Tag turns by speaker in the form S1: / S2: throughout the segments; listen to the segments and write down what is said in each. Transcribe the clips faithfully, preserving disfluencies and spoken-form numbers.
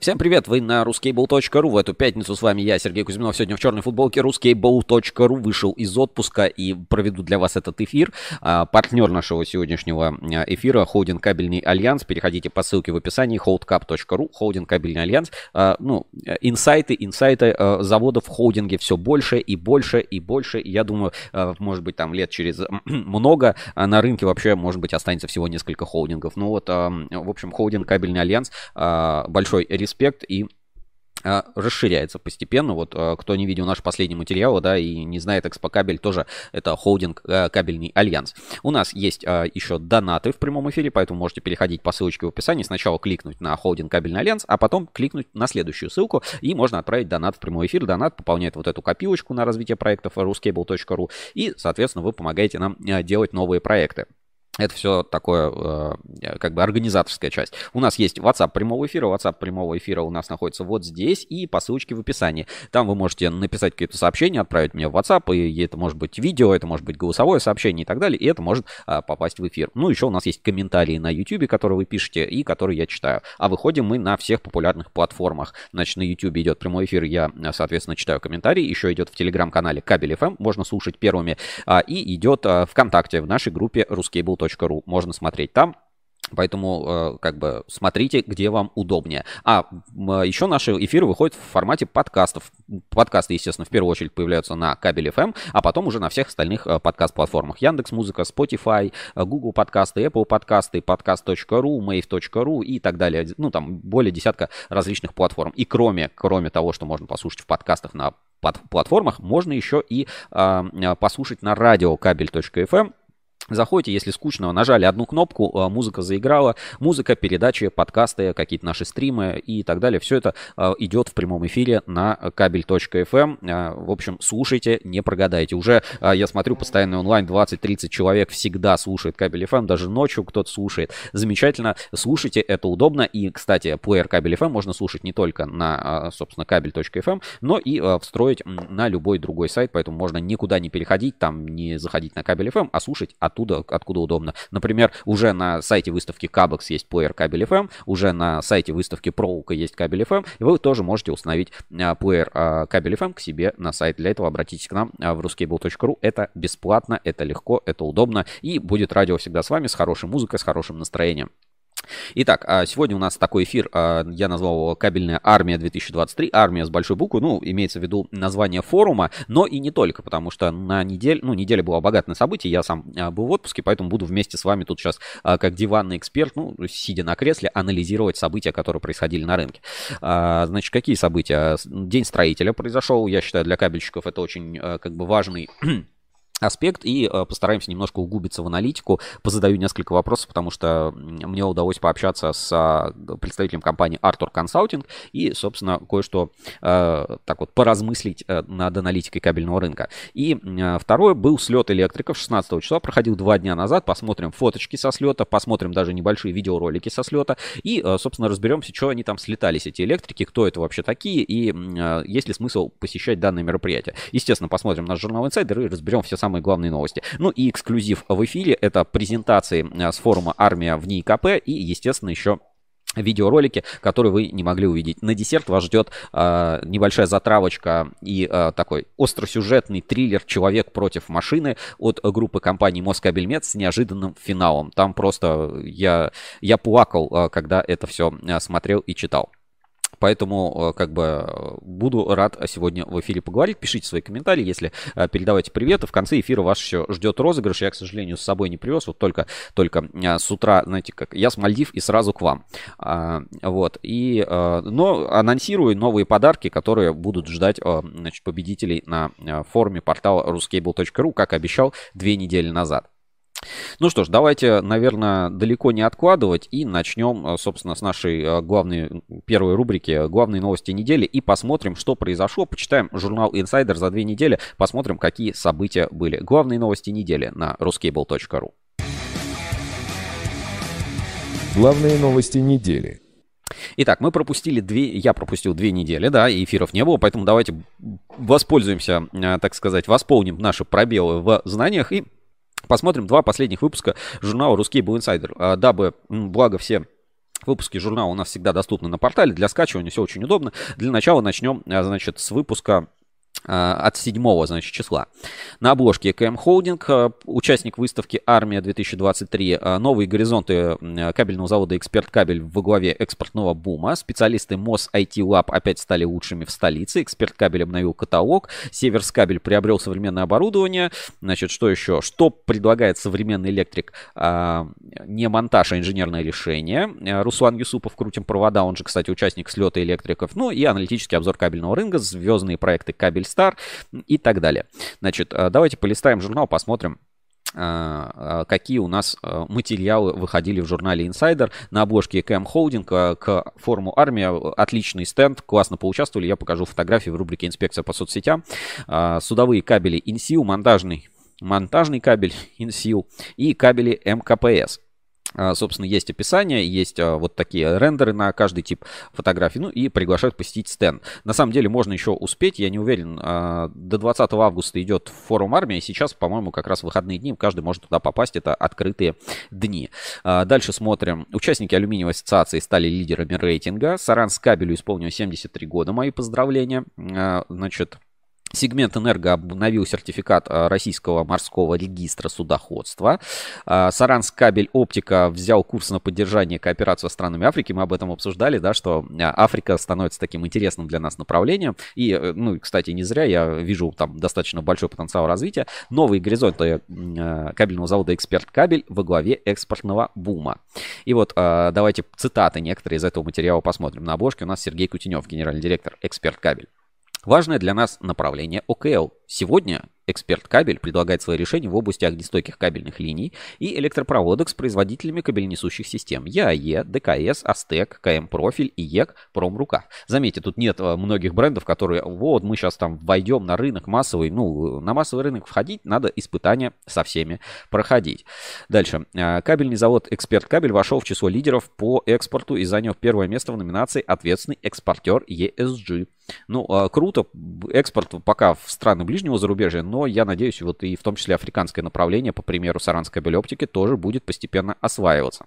S1: Всем привет, вы на ruskable точка ру. В эту пятницу с вами я, Сергей Кузьминов. Сегодня в черной футболке. ruskable точка ру вышел из отпуска и проведу для вас этот эфир. Партнер нашего сегодняшнего эфира — Холдинг Кабельный Альянс. Переходите по ссылке в описании холдкап точка ру, Холдинг Кабельный Альянс. Ну, инсайты, инсайты заводов в холдинге все больше и больше и больше. И я думаю, может быть, там лет через много на рынке вообще, может быть, останется всего несколько холдингов. Ну вот, в общем, Холдинг Кабельный Альянс, большой респект и а, расширяется постепенно. Вот а, кто не видел наш последний материал, да, и не знает Экспокабель, тоже это Холдинг а, Кабельный Альянс. У нас есть а, еще донаты в прямом эфире, поэтому можете переходить по ссылочке в описании. Сначала кликнуть на Холдинг Кабельный Альянс, а потом кликнуть на следующую ссылку, и можно отправить донат в прямой эфир. Донат пополняет вот эту копилочку на развитие проектов ruskable точка ру, и, соответственно, вы помогаете нам а, делать новые проекты. Это все такое, э, как бы организаторская часть. У нас есть WhatsApp прямого эфира. WhatsApp прямого эфира у нас находится вот здесь и по ссылочке в описании. Там вы можете написать какие-то сообщения, отправить мне в WhatsApp, и это может быть видео, это может быть голосовое сообщение и так далее, и это может э, попасть в эфир. Ну, еще у нас есть комментарии на YouTube, которые вы пишете и которые я читаю. А выходим мы на всех популярных платформах. Значит, на YouTube идет прямой эфир, я, соответственно, читаю комментарии. Еще идет в Телеграм-канале Кабель эф эм, можно слушать первыми. А, и идет а, ВКонтакте, в нашей группе ruskable точка ру. Можно смотреть там. Поэтому, как бы, смотрите, где вам удобнее. А еще наши эфиры выходят в формате подкастов. Подкасты, естественно, в первую очередь появляются на Кабель эф эм, а потом уже на всех остальных подкаст-платформах. Яндекс.Музыка, Spotify, Google подкасты, Apple подкасты, подкаст точка ру, мейв точка ру и так далее. Ну, там более десятка различных платформ. И кроме, кроме того, что можно послушать в подкастах на платформах, можно еще и э, послушать на радио Кабель точка эф эм. Заходите, если скучно, нажали одну кнопку, музыка заиграла, музыка, передачи, подкасты, какие-то наши стримы и так далее. Все это идет в прямом эфире на Кабель точка эф эм. В общем, слушайте, не прогадайте. Уже, я смотрю, постоянно онлайн двадцать-тридцать человек всегда слушает Кабель эф эм, даже ночью кто-то слушает. Замечательно, слушайте, это удобно. И, кстати, плеер Кабель эф эм можно слушать не только на, собственно, Кабель точка эф эм, но и встроить на любой другой сайт, поэтому можно никуда не переходить, там не заходить на Кабель эф эм, а слушать от Оттуда, откуда удобно. Например, уже на сайте выставки Кабекс есть плеер Кабель эф эм, уже на сайте выставки Проука есть Кабель эф эм, и вы тоже можете установить а, плеер а, Кабель эф эм к себе на сайт. Для этого обратитесь к нам а, в ruskable точка ру. Это бесплатно, это легко, это удобно, и будет радио всегда с вами, с хорошей музыкой, с хорошим настроением. Итак, сегодня у нас такой эфир, я назвал его «Кабельная армия две тысячи двадцать три», армия с большой буквы, ну, имеется в виду название форума, но и не только, потому что на неделе, ну, неделя была богата на события, я сам был в отпуске, поэтому буду вместе с вами тут сейчас, как диванный эксперт, ну, сидя на кресле, анализировать события, которые происходили на рынке. Значит, какие события? День строителя произошел, я считаю, для кабельщиков это очень, как бы, важный аспект, и э, постараемся немножко углубиться в аналитику. Позадаю несколько вопросов, потому что мне удалось пообщаться с э, представителем компании Arthur Consulting и, собственно, кое-что э, так вот поразмыслить э, над аналитикой кабельного рынка. И э, второе, был слет электриков шестнадцатого числа, проходил два дня назад. Посмотрим фоточки со слета, посмотрим даже небольшие видеоролики со слета и, э, собственно, разберемся, что они там слетались, эти электрики, кто это вообще такие и э, есть ли смысл посещать данное мероприятие. Естественно, посмотрим наш журнал Insider и разберем все самые главные новости. Ну и эксклюзив в эфире — это презентации с форума «Армия в НИИ-КП» и, естественно, еще видеоролики, которые вы не могли увидеть. На десерт вас ждет э, небольшая затравочка и э, такой остросюжетный триллер «Человек против машины» от группы компании Москабельмет с неожиданным финалом. Там просто я, я плакал, э, когда это все э, смотрел и читал. Поэтому, как бы, буду рад сегодня в эфире поговорить. Пишите свои комментарии, если передавайте привет. И в конце эфира вас еще ждет розыгрыш. Я, к сожалению, с собой не привез. Вот только, только с утра, знаете, как я с Мальдив и сразу к вам. Вот. И, но анонсирую новые подарки, которые будут ждать, значит, победителей на форуме портала ruskable точка ру, как обещал две недели назад. Ну что ж, давайте, наверное, далеко не откладывать и начнем, собственно, с нашей главной первой рубрики «Главные новости недели» и посмотрим, что произошло. Почитаем журнал Insider за две недели, посмотрим, какие события были. Главные новости недели на ruskable точка ру.
S2: Главные новости недели.
S1: Итак, мы пропустили две, я пропустил две недели, да, и эфиров не было, поэтому давайте воспользуемся, так сказать, восполним наши пробелы в знаниях и посмотрим два последних выпуска журнала Ruskable Insider, дабы, благо, все Выпуски журнала у нас всегда доступны на портале. Для скачивания все очень удобно. Для начала начнем, значит, с выпуска от седьмого, значит, числа. На обложке ЭКМ Холдинг, участник выставки «Армия две тысячи двадцать три», новые горизонты кабельного завода «Эксперт Кабель» во главе экспортного бума. Специалисты МОЗ ай ти Lab опять стали лучшими в столице. «Эксперт Кабель» обновил каталог. «Северс Кабель» приобрел современное оборудование. Значит, что еще? Что предлагает современный электрик? Не монтаж, а инженерное решение. Руслан Юсупов, крутим провода, он же, кстати, участник слета электриков. Ну и аналитический обзор кабельного рынка, звездные проекты «Кабель Стар» и так далее. Значит, давайте полистаем журнал, посмотрим, какие у нас материалы выходили в журнале Insider. На обложке ЭКМ Холдинг к форуму «Армия». Отличный стенд, классно поучаствовали. Я покажу фотографии в рубрике «Инспекция по соцсетям». Судовые кабели Инсил, монтажный, монтажный кабель Инсил и кабели эм ка пэ эс. Собственно, есть описание, есть вот такие рендеры на каждый тип фотографий, ну и приглашают посетить стенд. На самом деле можно еще успеть, я не уверен, до двадцатого августа идет форум «Армия», и сейчас, по-моему, как раз выходные дни, каждый может туда попасть, это открытые дни. Дальше смотрим. Участники алюминиевой ассоциации стали лидерами рейтинга. Саранскабелю исполнилось семьдесят три года, мои поздравления. Значит... Сегмент «Энерго» обновил сертификат Российского морского регистра судоходства. Саранскабель Оптика взял курс на поддержание кооперации со странами Африки. Мы об этом обсуждали, да, что Африка становится таким интересным для нас направлением. И, ну, кстати, не зря, я вижу там достаточно большой потенциал развития. Новые горизонты кабельного завода «Эксперт Кабель» во главе экспортного бума. И вот давайте цитаты некоторые из этого материала посмотрим. На обложке у нас Сергей Кутенев, генеральный директор «Эксперт Кабель». Важное для нас направление о ка эл. Сегодня «Эксперт Кабель» предлагает свои решения в области огнестойких кабельных линий и электропроводок с производителями кабельнесущих систем ЕАЕ, ДКС, Астек, КМ Профиль, ИЕК, Промрукав. Заметьте, тут нет многих брендов, которые вот мы сейчас там войдем на рынок массовый. Ну, на массовый рынок входить надо испытания со всеми проходить. Дальше. Кабельный завод «Эксперт Кабель» вошел в число лидеров по экспорту и занял первое место в номинации «Ответственный экспортер и эс джи». Ну, круто. Экспорт пока в страны ближнего зарубежья, но я надеюсь, вот и в том числе африканское направление, по примеру Саранскабель Оптики, тоже будет постепенно осваиваться.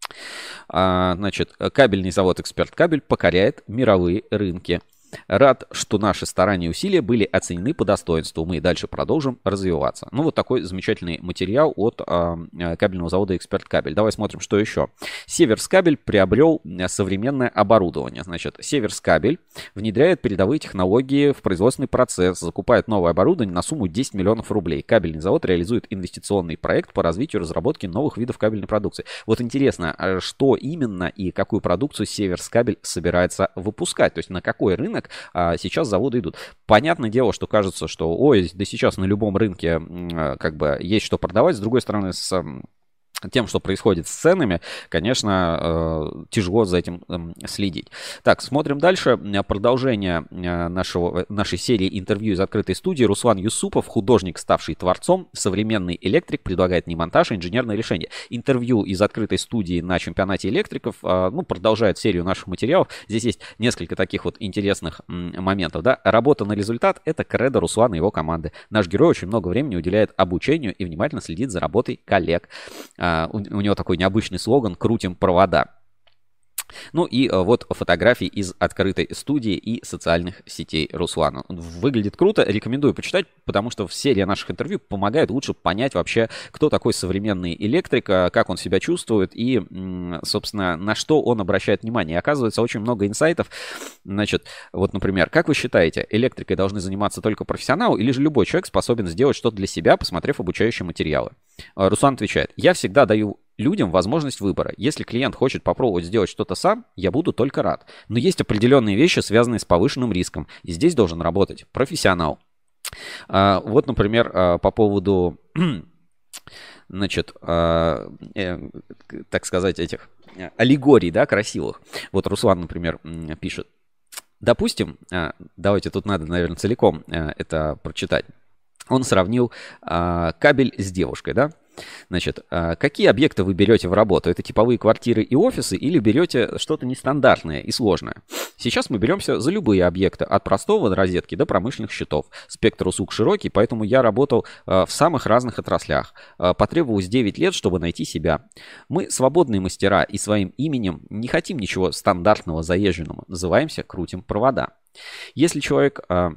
S1: Значит, кабельный завод «Эксперт Кабель» покоряет мировые рынки. Рад, что наши старания и усилия были оценены по достоинству. Мы и дальше продолжим развиваться. Ну, вот такой замечательный материал от э, кабельного завода «Эксперт Кабель». Давай смотрим, что еще. Северс Кабель приобрел современное оборудование. Значит, Северс Кабель внедряет передовые технологии в производственный процесс, закупает новое оборудование на сумму десять миллионов рублей. Кабельный завод реализует инвестиционный проект по развитию и разработке новых видов кабельной продукции. Вот интересно, что именно и какую продукцию Северс Кабель собирается выпускать? То есть на какой рынок а сейчас заводы идут. Понятное дело, что кажется, что ой, да сейчас на любом рынке как бы есть что продавать. С другой стороны, с тем, что происходит с ценами, конечно, тяжело за этим следить. Так, смотрим дальше. Продолжение нашего, нашей серии интервью из открытой студии. Руслан Юсупов, художник, ставший творцом, современный электрик, предлагает не монтаж, а инженерное решение. Интервью из открытой студии на чемпионате электриков, ну, продолжает серию наших материалов. Здесь есть несколько таких вот интересных моментов, да. Работа на результат – это кредо Руслана и его команды. Наш герой очень много времени уделяет обучению и внимательно следит за работой коллег. У него такой необычный слоган «Крутим провода». Ну и вот фотографии из открытой студии и социальных сетей Руслана. Выглядит круто, рекомендую почитать, потому что серия наших интервью помогает лучше понять вообще, кто такой современный электрик, как он себя чувствует и, собственно, на что он обращает внимание. И оказывается, очень много инсайтов. Значит, вот, например, как вы считаете, электрикой должны заниматься только профессионалы или же любой человек способен сделать что-то для себя, посмотрев обучающие материалы? Руслан отвечает: я всегда даю людям возможность выбора. Если клиент хочет попробовать сделать что-то сам, я буду только рад. Но есть определенные вещи, связанные с повышенным риском. И здесь должен работать профессионал. А, вот, например, а, по поводу, значит, а, э, так сказать, этих аллегорий, да, красивых. Вот Руслан, например, пишет. Допустим, а, давайте тут надо, наверное, целиком а, это прочитать. Он сравнил а, кабель с девушкой, да? Значит, какие объекты вы берете в работу? Это типовые квартиры и офисы или берете что-то нестандартное и сложное? Сейчас мы беремся за любые объекты, от простого розетки до промышленных счетов. Спектр услуг широкий, поэтому я работал в самых разных отраслях. Потребовалось девять лет, чтобы найти себя. Мы свободные мастера и своим именем не хотим ничего стандартного, заезженного. Называемся «Крутим провода». Если человек...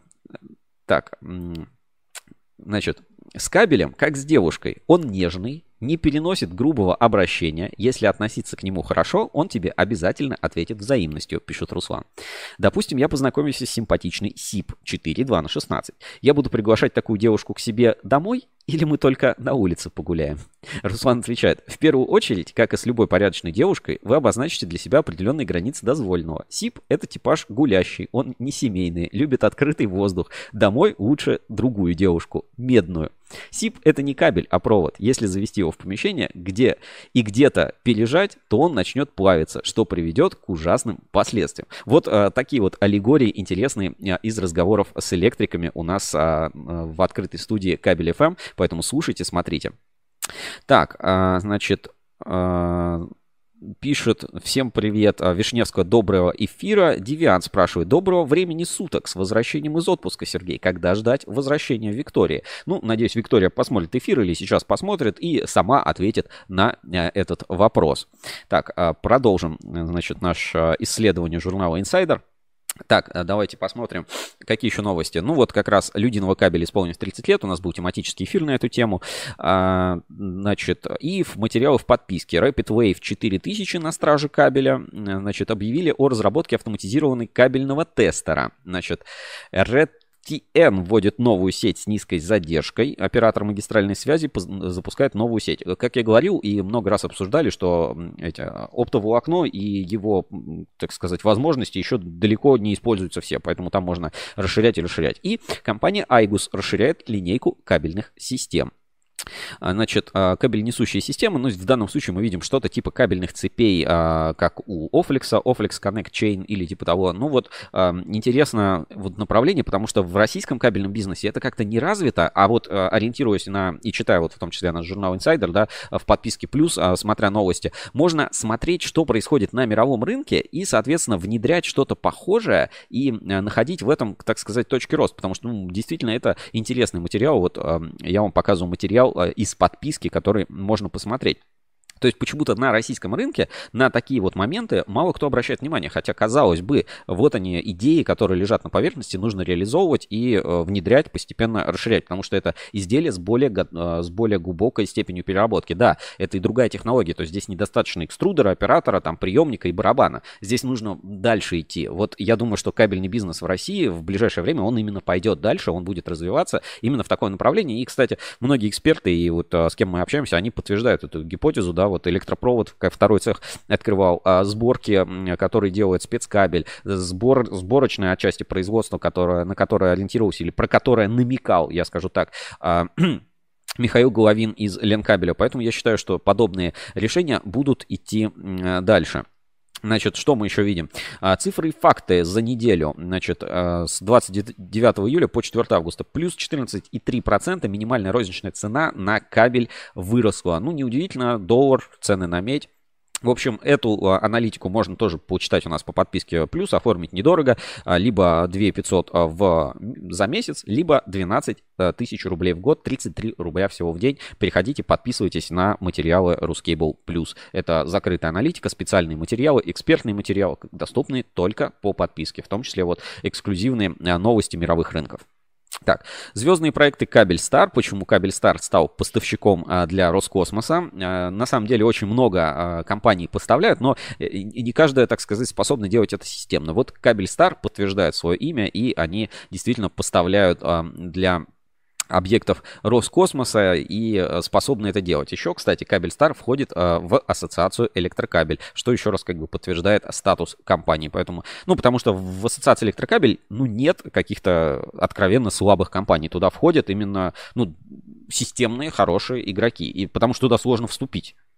S1: Так, значит, с кабелем, как с девушкой, он нежный, не переносит грубого обращения. Если относиться к нему хорошо, он тебе обязательно ответит взаимностью, пишет Руслан. Допустим, я познакомился с симпатичной СИП четыре два на шестнадцать. Я буду приглашать такую девушку к себе домой или мы только на улице погуляем? Руслан отвечает: в первую очередь, как и с любой порядочной девушкой, вы обозначите для себя определенные границы дозволенного. СИП — это типаж гулящий, он не семейный, любит открытый воздух. Домой лучше другую девушку, медную. СИП — это не кабель, а провод. Если завести его в помещение, где и где-то пережать, то он начнет плавиться, что приведет к ужасным последствиям. Вот а, такие вот аллегории интересные а, из разговоров с электриками у нас а, а, в открытой студии Кабель эф эм, поэтому слушайте, смотрите. Так, а, значит... А... Пишет: всем привет, Вишневского, доброго эфира. Девиан спрашивает: доброго времени суток, с возвращением из отпуска, Сергей. Когда ждать возвращения Виктории? Ну, надеюсь, Виктория посмотрит эфир или сейчас посмотрит и сама ответит на этот вопрос. Так, продолжим, значит, наше исследование журнала Insider. Так, давайте посмотрим, какие еще новости. Ну вот как раз Людиного кабеля исполнилось тридцать лет, у нас был тематический эфир на эту тему. А, значит, и в материалы в подписке Rapid Wave четыре тысячи на страже кабеля, значит, объявили о разработке автоматизированного кабельного тестера. Значит, Red ти эн вводит новую сеть с низкой задержкой. Оператор магистральной связи запускает новую сеть. Как я говорил и много раз обсуждали, что эти, оптоволокно и его, так сказать, возможности еще далеко не используются все, поэтому там можно расширять и расширять. И компания Айгус расширяет линейку кабельных систем. Значит, кабель-несущие системы, ну, в данном случае мы видим что-то типа кабельных цепей, как у Oflex, Oflex Connect Chain или типа того. Ну вот, интересно вот направление, потому что в российском кабельном бизнесе это как-то не развито, а вот ориентируясь на, и читая вот в том числе наш журнал Insider, да, в подписке плюс, смотря новости, можно смотреть, что происходит на мировом рынке и, соответственно, внедрять что-то похожее и находить в этом, так сказать, точки роста, потому что, ну, действительно, это интересный материал. Вот я вам показываю материал из подписки, который можно посмотреть. То есть почему-то на российском рынке на такие вот моменты мало кто обращает внимание. Хотя, казалось бы, вот они идеи, которые лежат на поверхности, нужно реализовывать и э, внедрять, постепенно расширять. Потому что это изделие с более, э, с более глубокой степенью переработки. Да, это и другая технология. То есть здесь недостаточно экструдера, оператора, там, приемника и барабана. Здесь нужно дальше идти. Вот я думаю, что кабельный бизнес в России в ближайшее время, он именно пойдет дальше, он будет развиваться именно в такое направление. И, кстати, многие эксперты, и вот э, с кем мы общаемся, они подтверждают эту гипотезу, да, вот электропровод, как второй цех открывал, а сборки, которые делает спецкабель, сбор, сборочная отчасти производства, которая, на которое ориентировался или про которое намекал, я скажу так, Михаил Головин из Ленкабеля. Поэтому я считаю, что подобные решения будут идти дальше. Значит, что мы еще видим? Цифры и факты за неделю. Значит, с двадцать девятого июля по четвёртого августа плюс четырнадцать и три десятых процента минимальная розничная цена на кабель выросла. Ну, неудивительно, доллар, цены на медь. В общем, эту аналитику можно тоже почитать у нас по подписке плюс, оформить недорого, либо две тысячи пятьсот в, за месяц, либо двенадцать тысяч рублей в год, тридцать три рубля всего в день. Переходите, подписывайтесь на материалы Ruscable Plus. Это закрытая аналитика, специальные материалы, экспертные материалы, доступные только по подписке, в том числе вот эксклюзивные новости мировых рынков. Так, звездные проекты Кабельстар. Почему Кабельстар стал поставщиком а, для Роскосмоса? А, на самом деле очень много а, компаний поставляют, но и, и не каждая, так сказать, способна делать это системно. Вот Кабельстар подтверждает свое имя, и они действительно поставляют а, для объектов Роскосмоса и способны это делать. Еще, кстати, Кабельстар входит а, в ассоциацию Электрокабель, что еще раз как бы подтверждает статус компании. Поэтому, ну, потому что в ассоциации Электрокабель, ну, нет каких-то откровенно слабых компаний. Туда входят именно, ну, системные, хорошие игроки. И потому что туда сложно вступить.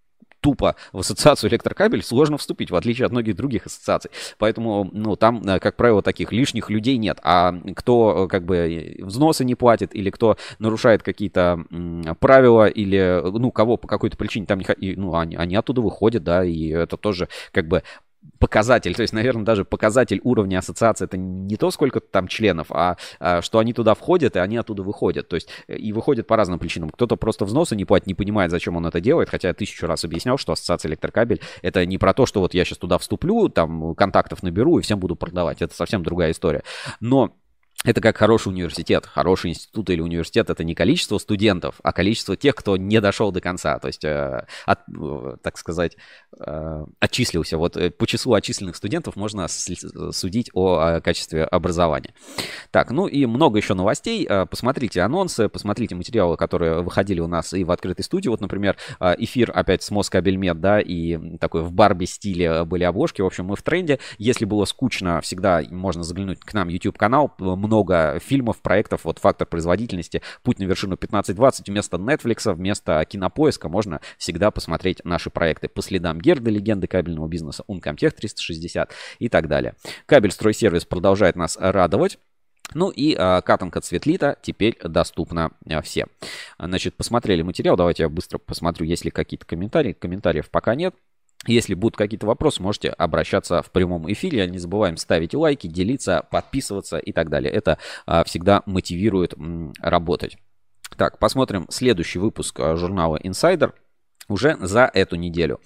S1: тупо в ассоциацию электрокабель сложно вступить, в отличие от многих других ассоциаций. Поэтому, ну, там, как правило, таких лишних людей нет. А кто, как бы, взносы не платит, или кто нарушает какие-то м, правила, или, ну, кого по какой-то причине там не... Ну, они, они оттуда выходят, да, и это тоже, как бы, показатель, то есть, наверное, даже показатель уровня ассоциации это не то, сколько там членов, а, а что они туда входят, и они оттуда выходят. То есть, и выходят по разным причинам. Кто-то просто взносы не платит, не понимает, зачем он это делает, хотя я тысячу раз объяснял, что ассоциация электрокабель это не про то, что вот я сейчас туда вступлю, там, контактов наберу и всем буду продавать. Это совсем другая история. Но это как хороший университет. Хороший институт или университет — это не количество студентов, а количество тех, кто не дошел до конца. То есть, э, от, э, так сказать, э, отчислился. Вот э, по числу отчисленных студентов можно с- судить о, о качестве образования. Так, ну и много еще новостей. Э, Посмотрите анонсы, посмотрите материалы, которые выходили у нас и в открытой студии. Вот, например, э, эфир опять с Москабельмет, да, и такой в Барби стиле были обложки. В общем, мы в тренде. Если было скучно, всегда можно заглянуть к нам в YouTube-канал. Много фильмов, проектов, вот «Фактор производительности», «Путь на вершину пятнадцать двадцать», вместо Netflix, вместо Кинопоиска можно всегда посмотреть наши проекты «По следам Герда», «Легенды кабельного бизнеса», «Uncomtech триста шестьдесят» и так далее. Кабель-стройсервис продолжает нас радовать. Ну и а, катанка цветлита теперь доступна а, всем. Значит, посмотрели материал, давайте я быстро посмотрю, есть ли какие-то комментарии. Комментариев пока нет. Если будут какие-то вопросы, можете обращаться в прямом эфире. Не забываем ставить лайки, делиться, подписываться и так далее. Это а, всегда мотивирует м, работать. Так, посмотрим следующий выпуск а, журнала Insider уже за эту неделю.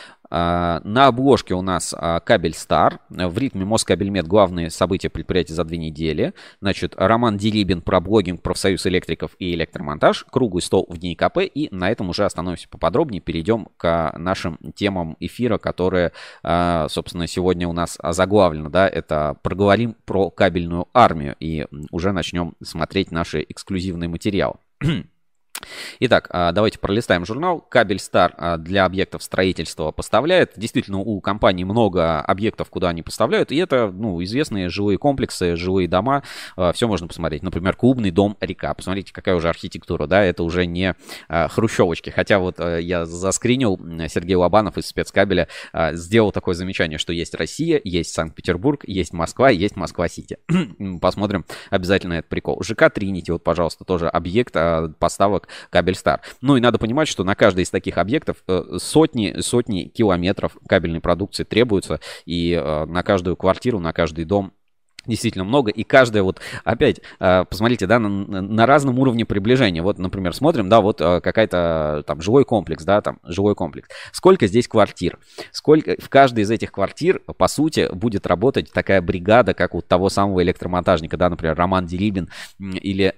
S1: Uh, на обложке у нас uh, Кабель Стар. В ритме Москабельмет главные события предприятия за две недели. Значит, Роман Дерибин про блогинг, профсоюз электриков и электромонтаж. Круглый стол в дни КП. И на этом уже остановимся поподробнее. Перейдем к нашим темам эфира, которые, uh, собственно, сегодня у нас заглавлены. Да? Это проговорим про кабельную армию. И уже начнем смотреть наши эксклюзивные материалы. Итак, давайте пролистаем журнал. Кабель Стар для объектов строительства поставляет. Действительно, у компании много объектов, куда они поставляют. И это, ну, известные жилые комплексы, жилые дома. Все можно посмотреть. Например, клубный дом «Река». Посмотрите, какая уже архитектура, да, это уже не хрущевочки. Хотя вот я заскринил, Сергей Лобанов из спецкабеля сделал такое замечание, что есть Россия, есть Санкт-Петербург, есть Москва, есть Москва-Сити. Посмотрим обязательно этот прикол. ЖК Тринити, вот, пожалуйста, тоже объект поставок Кабель Стар. Ну и надо понимать, что на каждый из таких объектов сотни, сотни километров кабельной продукции требуются. И на каждую квартиру, на каждый дом действительно много. И каждая вот, опять, посмотрите, да, на, на разном уровне приближения. Вот, например, смотрим, да, вот какая-то там жилой комплекс, да, там жилой комплекс. Сколько здесь квартир? Сколько в каждой из этих квартир, по сути, будет работать такая бригада, как у того самого электромонтажника, да, например, Роман Дерибин или...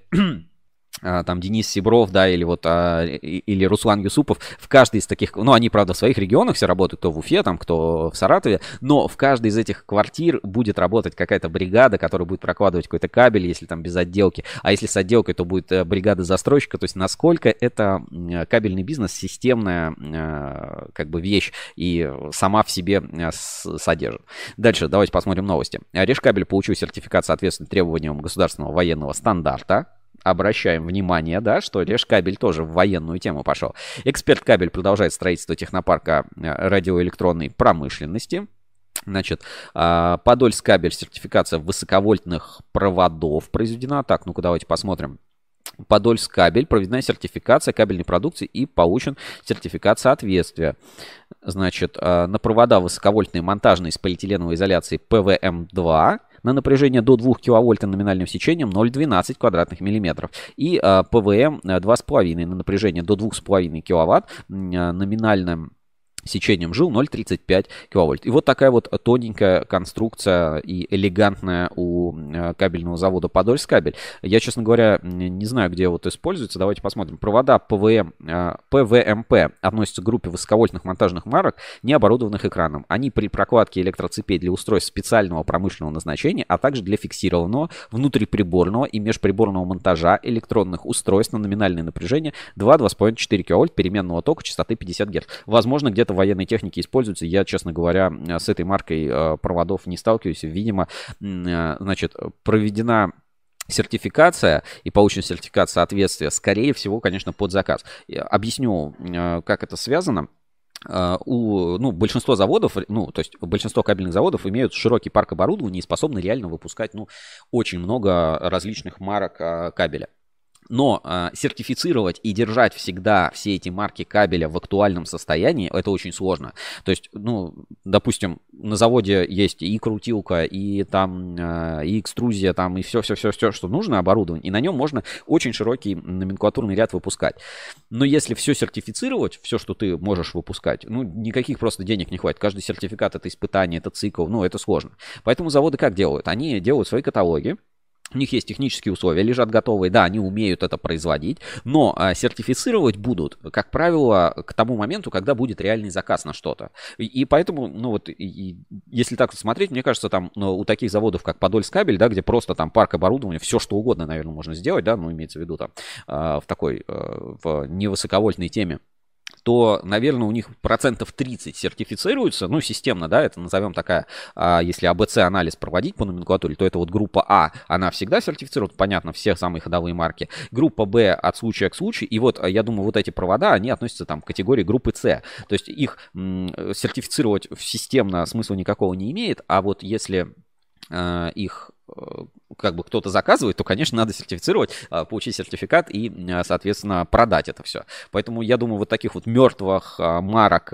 S1: там Денис Сибров, да, или вот, а, или Руслан Юсупов, в каждой из таких, ну, они, правда, в своих регионах все работают, кто в Уфе, там, кто в Саратове, но в каждой из этих квартир будет работать какая-то бригада, которая будет прокладывать какой-то кабель, если там без отделки, а если с отделкой, то будет бригада застройщика, то есть насколько это кабельный бизнес, системная, как бы, вещь и сама в себе содержит. Дальше давайте посмотрим новости. Решкабель получил сертификат соответственно требованиям государственного военного стандарта. Обращаем внимание, да, что Решкабель тоже в военную тему пошел. Эксперт Кабель продолжает строительство технопарка радиоэлектронной промышленности. Значит, Подольскабель, сертификация высоковольтных проводов произведена. Так, ну-ка давайте посмотрим. Подольскабель, проведена сертификация кабельной продукции и получен сертификат соответствия. Значит, на провода высоковольтные монтажные из полиэтиленовой изоляции пэ вэ эм два на напряжение до двух киловольт номинальным сечением ноль целых двенадцать квадратных миллиметров. И а, пэ вэ эм два с половиной на напряжение до двух с половиной киловатт номинальным сечением жил ноль целых тридцать пять киловольт. И вот такая вот тоненькая конструкция и элегантная у кабельного завода Подольскабель. Я, честно говоря, не знаю, где вот используется. Давайте посмотрим. Провода пэ вэ эм, пэ вэ эм пэ относятся к группе высоковольтных монтажных марок, не оборудованных экраном. Они при прокладке электроцепей для устройств специального промышленного назначения, а также для фиксированного внутриприборного и межприборного монтажа электронных устройств на номинальное напряжение два — два с половиной — четыре киловольт переменного тока частоты пятьдесят герц. Возможно, где-то в военной технике используется. Я, честно говоря, с этой маркой э, проводов не сталкиваюсь. Видимо, э, значит, проведена сертификация и получен сертификат соответствия, скорее всего, конечно, под заказ. Объясню, э, как это связано. у, ну, большинство заводов, ну, то есть большинство кабельных заводов имеют широкий парк оборудования и способны реально выпускать, ну, очень много различных марок кабеля. Но э, сертифицировать и держать всегда все эти марки кабеля в актуальном состоянии, это очень сложно. То есть, ну, допустим, на заводе есть и крутилка, и там, э, и экструзия, там, и все-все-все, что нужно, оборудование, и на нем можно очень широкий номенклатурный ряд выпускать. Но если все сертифицировать, все, что ты можешь выпускать, ну, никаких просто денег не хватит. Каждый сертификат — это испытание, это цикл, ну, это сложно. Поэтому заводы как делают? Они делают свои каталоги. У них есть технические условия, лежат готовые, да, они умеют это производить, но а, сертифицировать будут, как правило, к тому моменту, когда будет реальный заказ на что-то. И, и поэтому, ну вот, и, и, если так смотреть, мне кажется, там, ну, у таких заводов, как Подольскабель, да, где просто там парк оборудования, все что угодно, наверное, можно сделать, да, ну, имеется в виду там а, в такой, а, в невысоковольтной теме, то, наверное, у них процентов тридцать сертифицируется, ну, системно, да, это назовем такая, а, если А Б С анализ проводить по номенклатуре, то это вот группа А, она всегда сертифицирует, понятно, все самые ходовые марки. Группа Б от случая к случаю, и вот, я думаю, вот эти провода, они относятся там к категории группы С, то есть их м, сертифицировать системно смысла никакого не имеет, а вот если э, их как бы кто-то заказывает, то, конечно, надо сертифицировать, получить сертификат и, соответственно, продать это все. Поэтому я думаю, вот таких вот мертвых марок,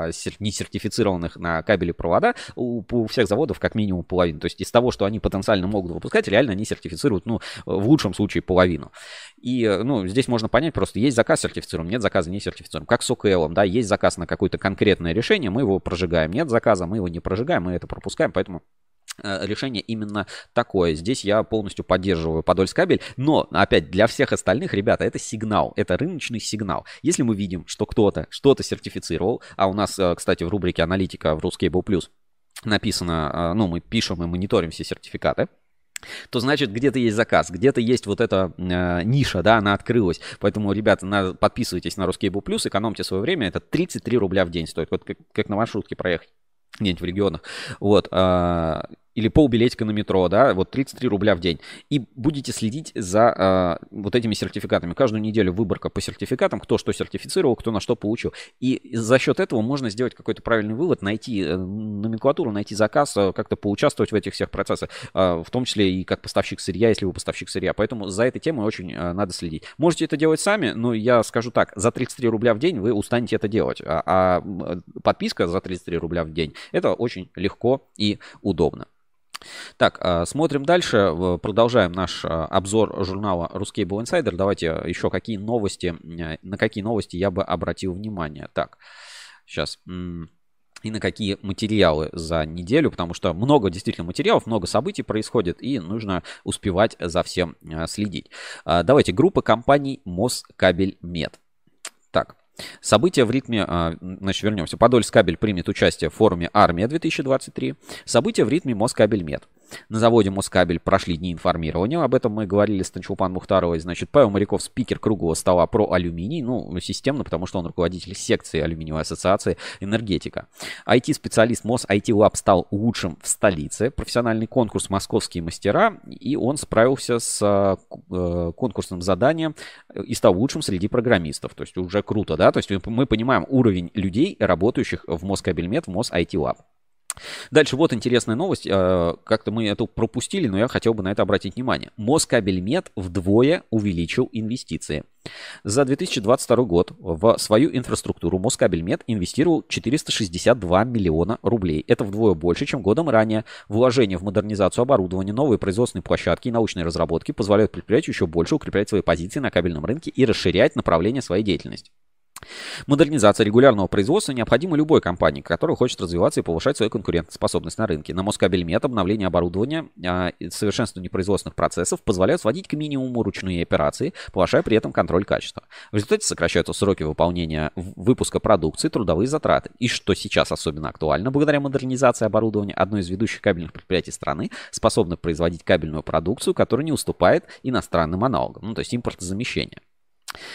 S1: не сертифицированных на кабели провода, у, у всех заводов как минимум половина. То есть из того, что они потенциально могут выпускать, реально они сертифицируют, ну, в лучшем случае половину. И, ну, здесь можно понять просто, есть заказ сертифицируем, нет заказа не сертифицируем. Как с О К Л, да, есть заказ на какое-то конкретное решение, мы его прожигаем. Нет заказа, мы его не прожигаем, мы это пропускаем, поэтому решение именно такое. Здесь я полностью поддерживаю Подольскабель, но, опять, для всех остальных, ребята, это сигнал, это рыночный сигнал. Если мы видим, что кто-то что-то сертифицировал, а у нас, кстати, в рубрике «Аналитика» в Ruscable Plus написано, ну, мы пишем и мониторим все сертификаты, то значит, где-то есть заказ, где-то есть вот эта э, ниша, да, она открылась. Поэтому, ребята, на, подписывайтесь на Ruscable Plus, экономьте свое время, это тридцать три рубля в день стоит, вот как, как на маршрутке проехать где-нибудь в регионах. Вот, э, или полбилетика на метро, да, вот тридцать три рубля в день. И будете следить за э, вот этими сертификатами. Каждую неделю выборка по сертификатам, кто что сертифицировал, кто на что получил. И за счет этого можно сделать какой-то правильный вывод, найти э, номенклатуру, найти заказ, э, как-то поучаствовать в этих всех процессах, э, в том числе и как поставщик сырья, если вы поставщик сырья. Поэтому за этой темой очень э, надо следить. Можете это делать сами, но я скажу так, за тридцать три рубля в день вы устанете это делать. А, а подписка за тридцать три рубля в день, это очень легко и удобно. Так, смотрим дальше, продолжаем наш обзор журнала Ruscable Insider. Давайте еще какие новости, на какие новости я бы обратил внимание. Так, сейчас, и на какие материалы за неделю, потому что много действительно материалов, много событий происходит, и нужно успевать за всем следить. Давайте, группа компаний Москабельмет. Так. События в ритме, значит, вернемся. Подольскабель примет участие в форуме «Армия две тысячи двадцать три». События в ритме Москабельмет. На заводе Москабель прошли дни информирования. Об этом мы говорили с Танчулпан Мухтаровой. Значит, Павел Моряков, спикер круглого стола про алюминий. Ну, системно, потому что он руководитель секции алюминиевой ассоциации «Энергетика». ай ти-специалист МОС ай ти Lab стал лучшим в столице. Профессиональный конкурс «Московские мастера». И он справился с конкурсным заданием и стал лучшим среди программистов. То есть уже круто, да? То есть мы понимаем уровень людей, работающих в Москабельмет, в МОС ай ти Lab. Дальше вот интересная новость. Как-то мы это пропустили, но я хотел бы на это обратить внимание. Москабельмет вдвое увеличил инвестиции. За две тысячи двадцать второй год в свою инфраструктуру Москабельмет инвестировал четыреста шестьдесят два миллиона рублей. Это вдвое больше, чем годом ранее. Вложения в модернизацию оборудования, новые производственные площадки и научные разработки позволяют предприятию еще больше укреплять свои позиции на кабельном рынке и расширять направление своей деятельности. Модернизация регулярного производства необходима любой компании, которая хочет развиваться и повышать свою конкурентоспособность на рынке. На Москабельмет обновление оборудования и совершенствование производственных процессов позволяют сводить к минимуму ручные операции, повышая при этом контроль качества. В результате сокращаются сроки выполнения выпуска продукции, трудовые затраты. И что сейчас особенно актуально, благодаря модернизации оборудования, одно из ведущих кабельных предприятий страны способно производить кабельную продукцию, которая не уступает иностранным аналогам, ну то есть импортозамещение.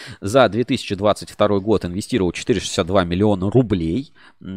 S1: За две тысячи двадцать второй год инвестировал четыреста шестьдесят два миллиона рублей.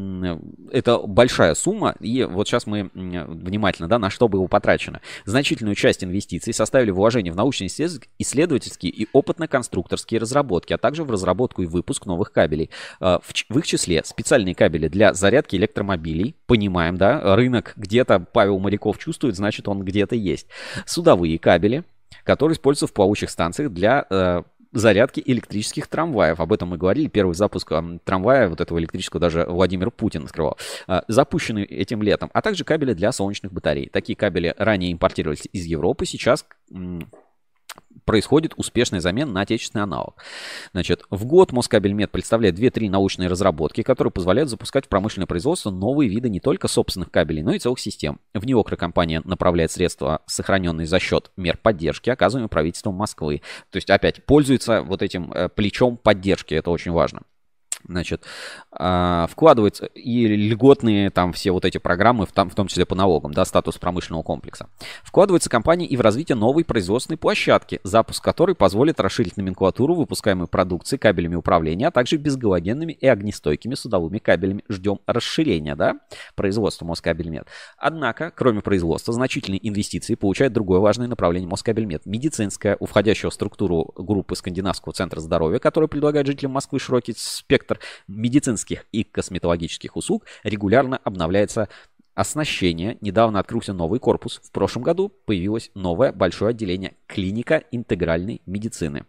S1: Это большая сумма. И вот сейчас мы внимательно, да, на что было потрачено. Значительную часть инвестиций составили вложения в научно-исследовательские и опытно-конструкторские разработки, а также в разработку и выпуск новых кабелей. В их числе специальные кабели для зарядки электромобилей. Понимаем, да, рынок где-то Павел Моряков чувствует, значит, он где-то есть. Судовые кабели, которые используются в плавучих станциях для э, зарядки электрических трамваев. Об этом мы говорили. Первый запуск э, трамвая, вот этого электрического, даже Владимир Путин открывал. Э, запущенный этим летом. А также кабели для солнечных батарей. Такие кабели ранее импортировались из Европы. Сейчас... М- происходит успешная замена на отечественный аналог. Значит, в год Москабельмет представляет две-три научные разработки, которые позволяют запускать в промышленное производство новые виды не только собственных кабелей, но и целых систем. В НИОКРО компания направляет средства, сохраненные за счет мер поддержки, оказываемых правительством Москвы. То есть, опять, пользуется вот этим плечом поддержки, это очень важно. Значит, вкладываются и льготные там все вот эти программы, в том, в том числе по налогам, да, статус промышленного комплекса. Вкладывается компания и в развитие новой производственной площадки, запуск которой позволит расширить номенклатуру выпускаемой продукции кабелями управления, а также безгалогенными и огнестойкими судовыми кабелями. Ждем расширения, да, производства Москабельмет. Однако, кроме производства, значительные инвестиции получает другое важное направление Москабельмет. Медицинское, у входящего в структуру группы Скандинавского центра здоровья, который предлагает жителям Москвы широкий спектр медицинских и косметологических услуг, регулярно обновляется оснащение. Недавно открылся новый корпус. В прошлом году появилось новое большое отделение клиника интегральной медицины.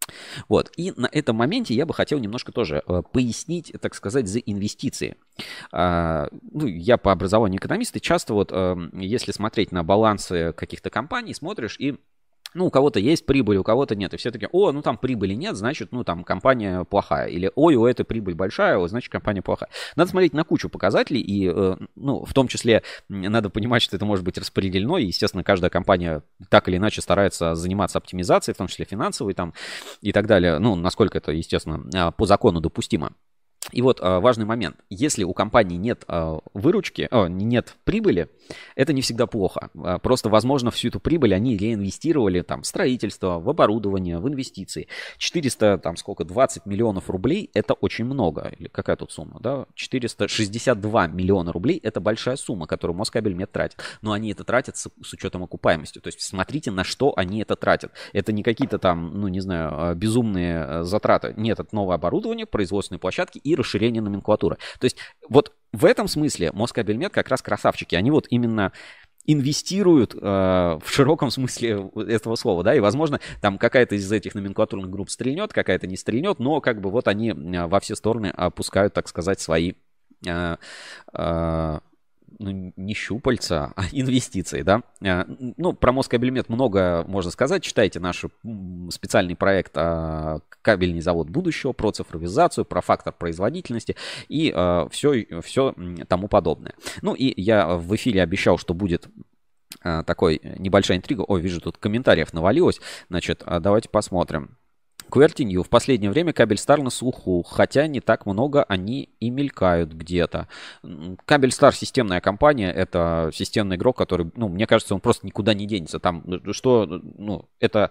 S1: Вот. И на этом моменте я бы хотел немножко тоже э, пояснить, так сказать, за инвестиции. А, ну, я по образованию экономист, и часто вот, э, если смотреть на балансы каких-то компаний, смотришь и ну, у кого-то есть прибыль, у кого-то нет. И все таки, о, ну там прибыли нет, значит, ну там компания плохая. Или, ой, у этой прибыль большая, значит, компания плохая. Надо смотреть на кучу показателей, и, ну, в том числе надо понимать, что это может быть распределено. И, естественно, каждая компания так или иначе старается заниматься оптимизацией, в том числе финансовой там и так далее. Ну, насколько это, естественно, по закону допустимо. И вот э, важный момент. Если у компании нет э, выручки, э, нет прибыли, это не всегда плохо. Э, просто, возможно, всю эту прибыль они реинвестировали там, в строительство, в оборудование, в инвестиции. четыреста, там сколько, двадцать миллионов рублей – это очень много. Или какая тут сумма? Да? четыреста шестьдесят два миллиона рублей – это большая сумма, которую Москабельмет тратит. Но они это тратят с, с учетом окупаемости. То есть смотрите, на что они это тратят. Это не какие-то там, ну не знаю, безумные затраты. Нет, это новое оборудование, производственные площадки и расширение номенклатуры. То есть вот в этом смысле Москабельмет как раз красавчики. Они вот именно инвестируют э, в широком смысле этого слова, да, и, возможно, там какая-то из этих номенклатурных групп стрельнет, какая-то не стрельнет, но как бы вот они во все стороны опускают, так сказать, свои... Э, э, ну, не щупальца, а инвестиции, да. Ну, про Москабельмет много можно сказать. Читайте наш специальный проект «Кабельный завод будущего», про цифровизацию, про фактор производительности и все, все тому подобное. Ну, и я в эфире обещал, что будет такой небольшая интрига. Ой, вижу, тут комментариев навалилось. Значит, давайте посмотрим. QWERTY в последнее время Кабельстар на слуху, хотя не так много они и мелькают где-то. Кабельстар системная компания, это системный игрок, который, ну, мне кажется, он просто никуда не денется. Там, что, ну, это...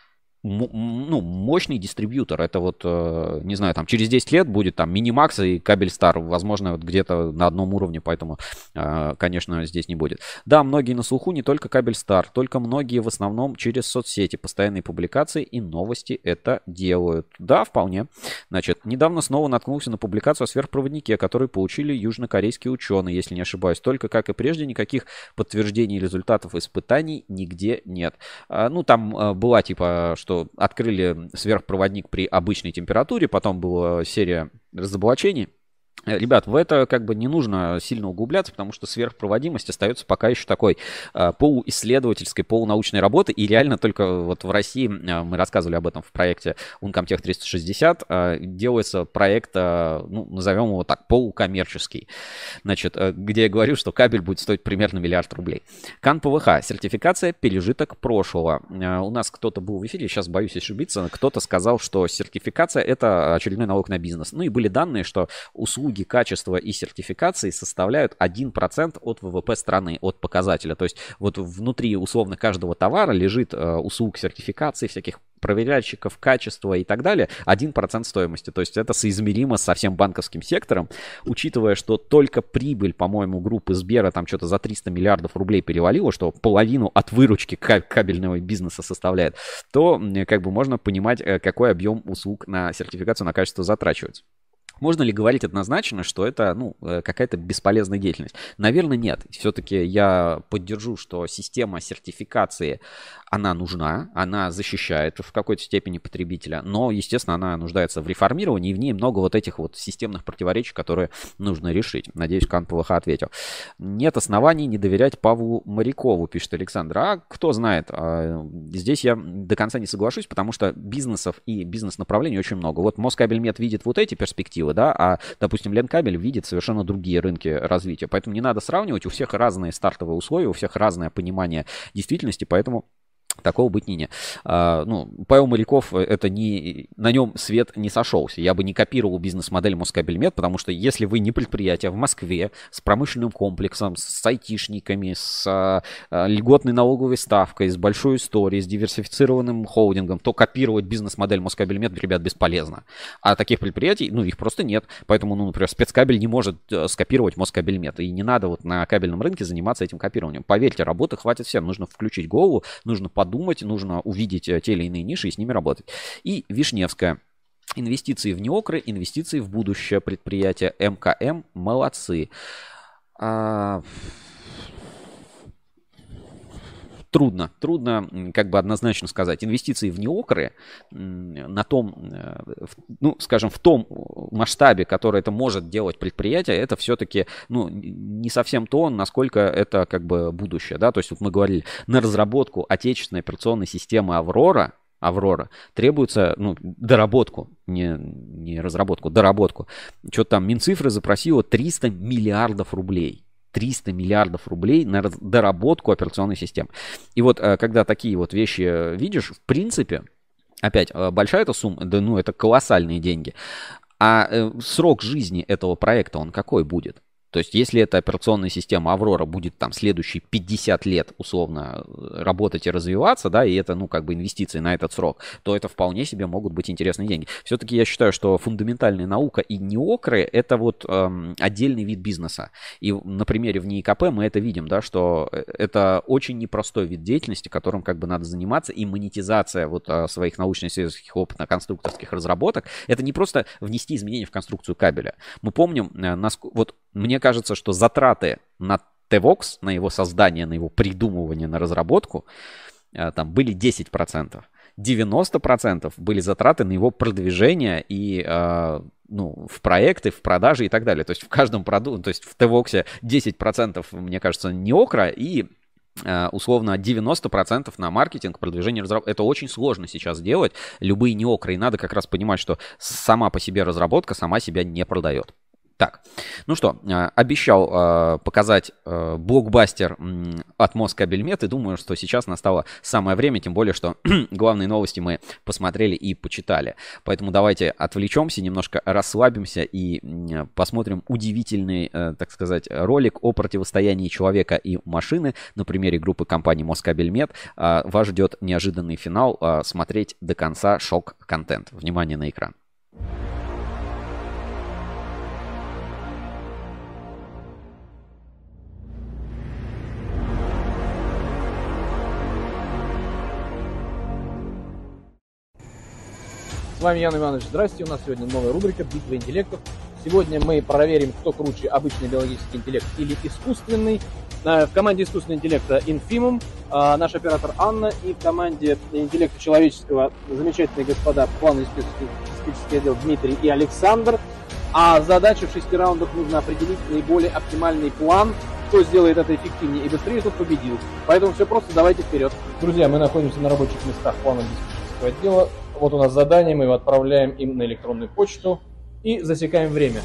S1: ну, мощный дистрибьютор. Это вот, не знаю, там через десять лет будет там Минимакс и Кабельстар, возможно, вот где-то на одном уровне, поэтому, конечно, здесь не будет. Да, многие на слуху, не только Кабельстар, только многие в основном через соцсети, постоянные публикации и новости это делают. Да, вполне. Значит, недавно снова наткнулся на публикацию о сверхпроводнике, который получили южнокорейские ученые, если не ошибаюсь. Только, как и прежде, никаких подтверждений результатов испытаний нигде нет. Ну, там была типа, что открыли сверхпроводник при обычной температуре, потом была серия разоблачений. Ребят, в это как бы не нужно сильно углубляться, потому что сверхпроводимость остается пока еще такой э, полуисследовательской, полунаучной работы. И реально только вот в России, э, мы рассказывали об этом в проекте Uncomtech триста шестьдесят, э, делается проект, э, ну, назовем его так, полукоммерческий. Значит, э, где я говорю, что кабель будет стоить примерно миллиард рублей. КАН ПВХ. Сертификация пережиток прошлого. Э, у нас кто-то был в эфире, сейчас боюсь ошибиться, кто-то сказал, что сертификация – это очередной налог на бизнес. Ну и были данные, что услуги услуги, качества и сертификации составляют один процент от ВВП страны, от показателя. То есть вот внутри условно каждого товара лежит э, услуг сертификации, всяких проверяльщиков, качества и так далее, один процент стоимости. То есть это соизмеримо со всем банковским сектором, учитывая, что только прибыль, по-моему, группы Сбера там что-то за триста миллиардов рублей перевалила, что половину от выручки кабельного бизнеса составляет, то как бы можно понимать, какой объем услуг на сертификацию, на качество затрачивается. Можно ли говорить однозначно, что это ну, какая-то бесполезная деятельность? Наверное, нет. Все-таки я поддержу, что система сертификации, она нужна, она защищает в какой-то степени потребителя, но, естественно, она нуждается в реформировании, и в ней много вот этих вот системных противоречий, которые нужно решить. Надеюсь, Кан ПВХ ответил. Нет оснований не доверять Павлу Морякову, пишет Александр. А кто знает, здесь я до конца не соглашусь, потому что бизнесов и бизнес-направлений очень много. Вот Москабельмет видит вот эти перспективы, да, а, допустим, Ленкабель видит совершенно другие рынки развития. Поэтому не надо сравнивать, у всех разные стартовые условия, у всех разное понимание действительности, поэтому такого быть не не. А, ну, Павел Моряков, это не, на нем свет не сошелся. Я бы не копировал бизнес-модель Москабельмет, потому что если вы не предприятие в Москве с промышленным комплексом, с айтишниками, с а, льготной налоговой ставкой, с большой историей, с диверсифицированным холдингом, то копировать бизнес-модель Москабельмет, ребят, бесполезно. А таких предприятий, ну, их просто нет. Поэтому, ну, например, спецкабель не может скопировать Москабельмет. И не надо вот на кабельном рынке заниматься этим копированием. Поверьте, работы хватит всем. Нужно включить голову, нужно подумать, думать, нужно увидеть те или иные ниши и с ними работать. И Вишневская. Инвестиции в неокры, инвестиции в будущее предприятия МКМ. Молодцы. А... Трудно, трудно как бы однозначно сказать. Инвестиции в неокры на том, ну, скажем, в том масштабе, который это может делать предприятие, это все-таки, ну, не совсем то, насколько это как бы будущее, да. То есть вот мы говорили, на разработку отечественной операционной системы Аврора, Аврора требуется, ну, доработку, не, не разработку, доработку. Что-то там Минцифры запросила триста миллиардов рублей. триста миллиардов рублей на доработку операционной системы. И вот когда такие вот вещи видишь, в принципе, опять, большая эта сумма, да ну это колоссальные деньги. А срок жизни этого проекта, он какой будет? То есть, если эта операционная система Аврора будет там следующие пятьдесят лет условно работать и развиваться, да, и это, ну, как бы инвестиции на этот срок, то это вполне себе могут быть интересные деньги. Все-таки я считаю, что фундаментальная наука и неокры — это вот эм, отдельный вид бизнеса. И на примере в НИИКП мы это видим, да, что это очень непростой вид деятельности, которым как бы надо заниматься, и монетизация вот своих научно-исследовательских опытно-конструкторских разработок — это не просто внести изменения в конструкцию кабеля. Мы помним, насколько, вот мне кажется, что затраты на T-Vox, на его создание, на его придумывание, на разработку, там были десять процентов. девяносто процентов были затраты на его продвижение и ну, в проекты, в продажи и так далее. То есть в каждом продукте, то есть в T-Vox десять процентов, мне кажется, неокра и условно девяносто процентов на маркетинг, продвижение, разработку. Это очень сложно сейчас делать. Любые неокры. И надо как раз понимать, что сама по себе разработка сама себя не продает. Так, ну что, обещал показать блокбастер от Москабельмет, и думаю, что сейчас настало самое время, тем более, что главные новости мы посмотрели и почитали. Поэтому давайте отвлечемся, немножко расслабимся и посмотрим удивительный, так сказать, ролик о противостоянии человека и машины на примере группы компании Москабельмет. Вас ждет неожиданный финал, смотреть до конца, шок-контент. Внимание на экран.
S3: С вами Ян Иванович, здрасте, у нас сегодня новая рубрика «Битва интеллектов». Сегодня мы проверим, кто круче, обычный биологический интеллект или искусственный. В команде искусственного интеллекта Infimum наш оператор Анна, и в команде интеллекта человеческого замечательные господа планово-диспетчерский отдел Дмитрий и Александр. А задача в шести раундах нужно определить наиболее оптимальный план. Кто сделает это эффективнее и быстрее, тот победил. Поэтому все просто, давайте вперед. Друзья, мы находимся на рабочих местах планово-диспетчерского отдела. Вот у нас задание, мы его отправляем им на электронную почту и засекаем время.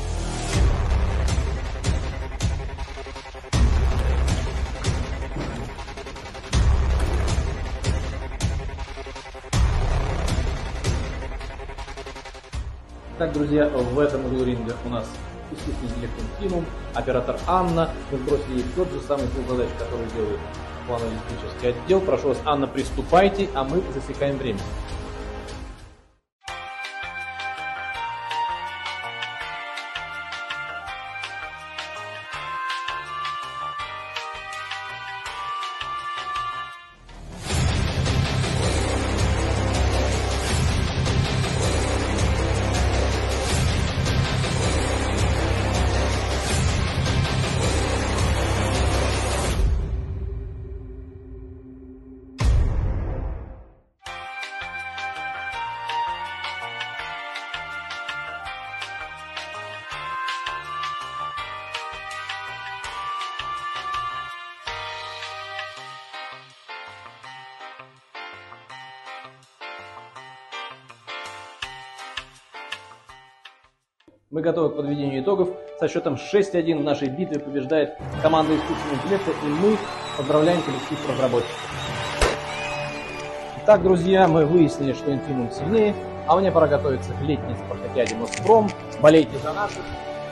S3: Так, друзья, в этом углу ринга у нас искусственный интеллект Infimum, оператор Анна. Мы сбросили ей тот же самый пул задач, который делает планово-диспетчерский отдел. Прошу вас, Анна, приступайте, а мы засекаем время. Мы готовы к подведению итогов. Со счетом шесть один в нашей битве побеждает команда искусственного интеллекта, и мы поздравляем коллектив разработчиков. Итак, друзья, мы выяснили, что Infimum сильнее, а мне пора готовиться к летней спартакиаде Моспром. Болейте за наших.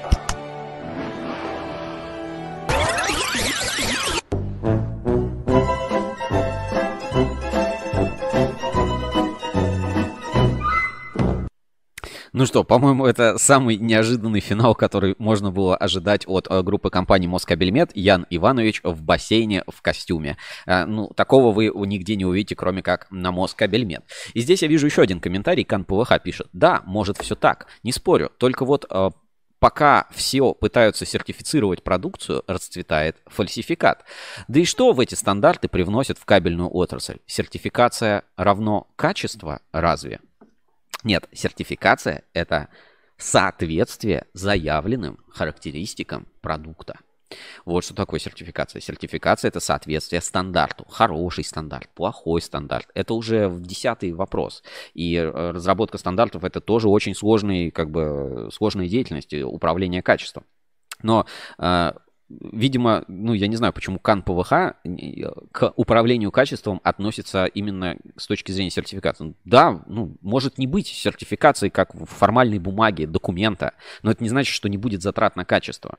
S1: Ну что, по-моему, это самый неожиданный финал, который можно было ожидать от э, группы компании Москабельмет. Ян Иванович в бассейне в костюме. Э, ну, такого вы нигде не увидите, кроме как на Москабельмет. И здесь я вижу еще один комментарий. Кан ПВХ пишет: да, может все так, не спорю. Только вот э, пока все пытаются сертифицировать продукцию, расцветает фальсификат. Да и что в эти стандарты привносят в кабельную отрасль? Сертификация равно качество, разве? Нет, сертификация – это соответствие заявленным характеристикам продукта. Вот что такое сертификация. Сертификация – это соответствие стандарту. Хороший стандарт, плохой стандарт. Это уже десятый вопрос. И разработка стандартов – это тоже очень сложный, как бы, сложная деятельность управления качеством. Но видимо, ну, я не знаю, почему Кан ПВХ к управлению качеством относится именно с точки зрения сертификации. Да, ну, может не быть сертификации как в формальной бумаге, документа, но это не значит, что не будет затрат на качество.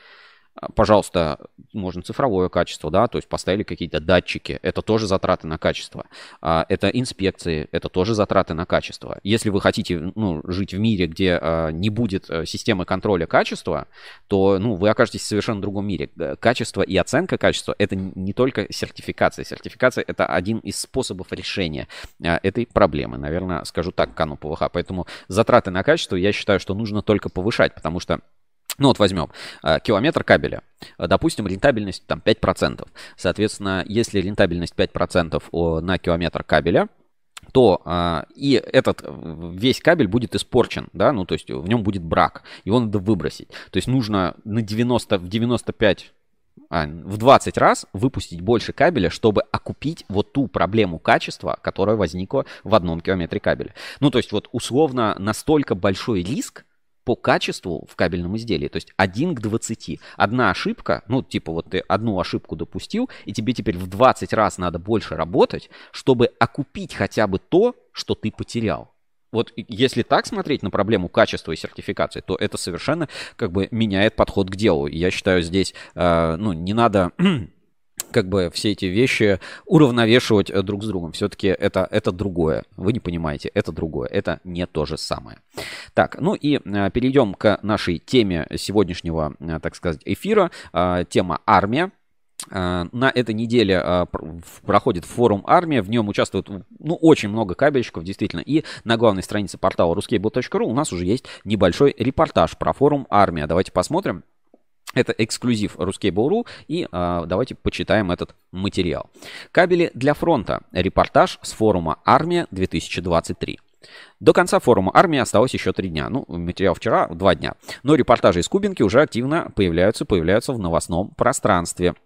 S1: Пожалуйста, можно цифровое качество, да, то есть поставили какие-то датчики, это тоже затраты на качество. Это инспекции, это тоже затраты на качество. Если вы хотите, ну, жить в мире, где не будет системы контроля качества, то, ну, вы окажетесь в совершенно другом мире. Качество и оценка качества — это не только сертификация. Сертификация — это один из способов решения этой проблемы. Наверное, скажу так, Кану ПВХ. Поэтому затраты на качество, я считаю, что нужно только повышать, потому что, ну вот возьмем э, километр кабеля, допустим, рентабельность там пять процентов. Соответственно, если рентабельность пять процентов на километр кабеля, то э, и этот весь кабель будет испорчен, да, ну то есть в нем будет брак, его надо выбросить. То есть нужно на девяносто, в девяносто пять, а, в двадцать раз выпустить больше кабеля, чтобы окупить вот ту проблему качества, которая возникла в одном километре кабеля. Ну то есть вот условно настолько большой риск по качеству в кабельном изделии, то есть один к двадцати. Одна ошибка, ну типа вот ты одну ошибку допустил, и тебе теперь в двадцать раз надо больше работать, чтобы окупить хотя бы то, что ты потерял. Вот если так смотреть на проблему качества и сертификации, то это совершенно как бы меняет подход к делу. И я считаю, здесь э, ну, не надо как бы все эти вещи уравновешивать друг с другом. Все-таки это, это другое. Вы не понимаете, это другое. Это не то же самое. Так, ну и э, перейдем к нашей теме сегодняшнего, э, так сказать, эфира. Э, тема «Армия». На этой неделе проходит форум «Армия», в нем участвует, ну, очень много кабельщиков, действительно, и на главной странице портала ruskable точка ру у нас уже есть небольшой репортаж про форум «Армия». Давайте посмотрим. Это эксклюзив ruskable точка ру, и а, давайте почитаем этот материал. Кабели для фронта. Репортаж с форума «Армия две тысячи двадцать три». До конца форума «Армия» осталось еще три дня. Ну, материал вчера, два дня. Но репортажи из Кубинки уже активно появляются, появляются в новостном пространстве.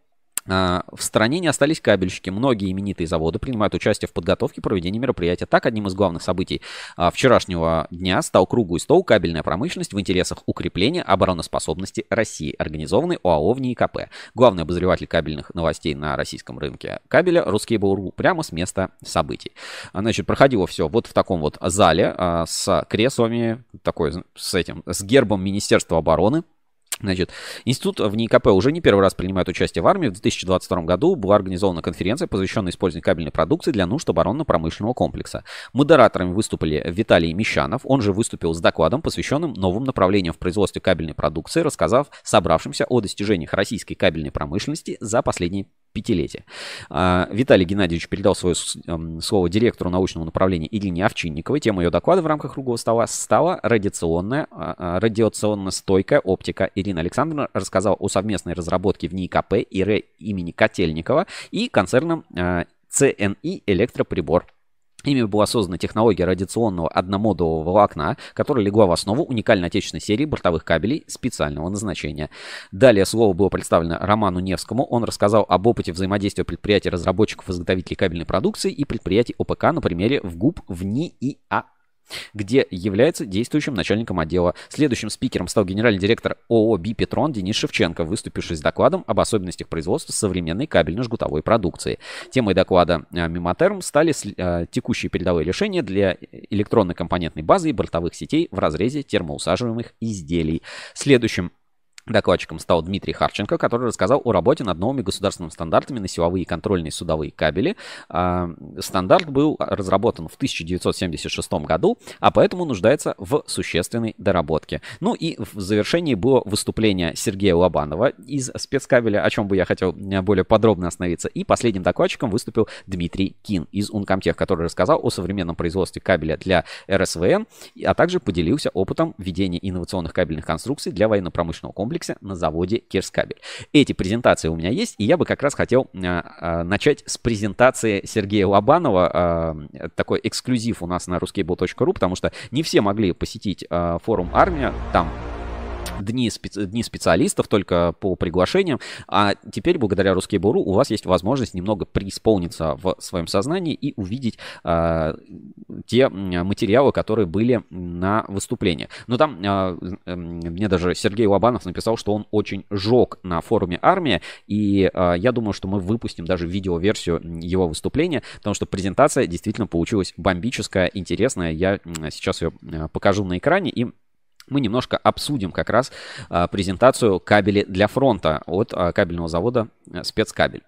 S1: В стране не остались кабельщики. Многие именитые заводы принимают участие в подготовке и проведении мероприятия. Так, одним из главных событий вчерашнего дня стал круглый стол «Кабельная промышленность в интересах укрепления обороноспособности России», организованный ОАО в НИИКП. Главный обозреватель кабельных новостей на российском рынке кабеля ruskable точка ру прямо с места событий. Значит, проходило все вот в таком вот зале с креслами, такой, с этим, с гербом Министерства обороны. Значит, институт в НИИКП уже не первый раз принимает участие в армии. В две тысячи двадцать втором году была организована конференция, посвященная использованию кабельной продукции для нужд оборонно-промышленного комплекса. Модераторами выступили Виталий Мещанов. Он же выступил с докладом, посвященным новым направлениям в производстве кабельной продукции, рассказав собравшимся о достижениях российской кабельной промышленности за последние пятилетия. Виталий Геннадьевич передал свое слово директору научного направления Ирине Овчинниковой. Тема ее доклада в рамках круглого стола стала радиационная, радиационно-стойкая оптика. Ирина Александровна рассказала о совместной разработке в НИИКП и РЭ имени Котельникова и концерном Цэ Эн И «Электроприбор». Ими была создана технология радиационного одномодулового волокна, которая легла в основу уникальной отечественной серии бортовых кабелей специального назначения. Далее слово было представлено Роману Невскому. Он рассказал об опыте взаимодействия предприятий разработчиков и изготовителей кабельной продукции и предприятий О Пэ Ка на примере ВГУП в Н И И А, где является действующим начальником отдела. Следующим спикером стал генеральный директор О О О «Бипетрон» Денис Шевченко, выступивший с докладом об особенностях производства современной кабельно-жгутовой продукции. Темой доклада «Мимотерм» стали текущие передовые решения для электронной компонентной базы и бортовых сетей в разрезе термоусаживаемых изделий. Следующим докладчиком стал Дмитрий Харченко, который рассказал о работе над новыми государственными стандартами на силовые и контрольные судовые кабели. Стандарт был разработан в тысяча девятьсот семьдесят шестом году, а поэтому нуждается в существенной доработке. Ну и в завершении было выступление Сергея Лобанова из спецкабеля, о чем бы я хотел более подробно остановиться. И последним докладчиком выступил Дмитрий Кин из Ункомтех, который рассказал о современном производстве кабеля для Эр Эс Ви Эн, а также поделился опытом ведения инновационных кабельных конструкций для военно-промышленного комплекса на заводе Кирскабель. Эти презентации у меня есть, и я бы как раз хотел э, э, начать с презентации Сергея Лобанова. Э, такой эксклюзив у нас на рускейбл точка ру, потому что не все могли посетить э, форум «Армия». Там Дни, специ... дни специалистов только по приглашениям, а теперь благодаря Ruskable точка ру у вас есть возможность немного преисполниться в своем сознании и увидеть э, те материалы, которые были на выступлении. Но там э, э, мне даже Сергей Лобанов написал, что он очень жег на форуме «Армия», и э, я думаю, что мы выпустим даже видеоверсию его выступления, потому что презентация действительно получилась бомбическая, интересная. Я сейчас ее покажу на экране, и мы немножко обсудим как раз а, презентацию кабелей для фронта от а, кабельного завода а, «Спецкабель».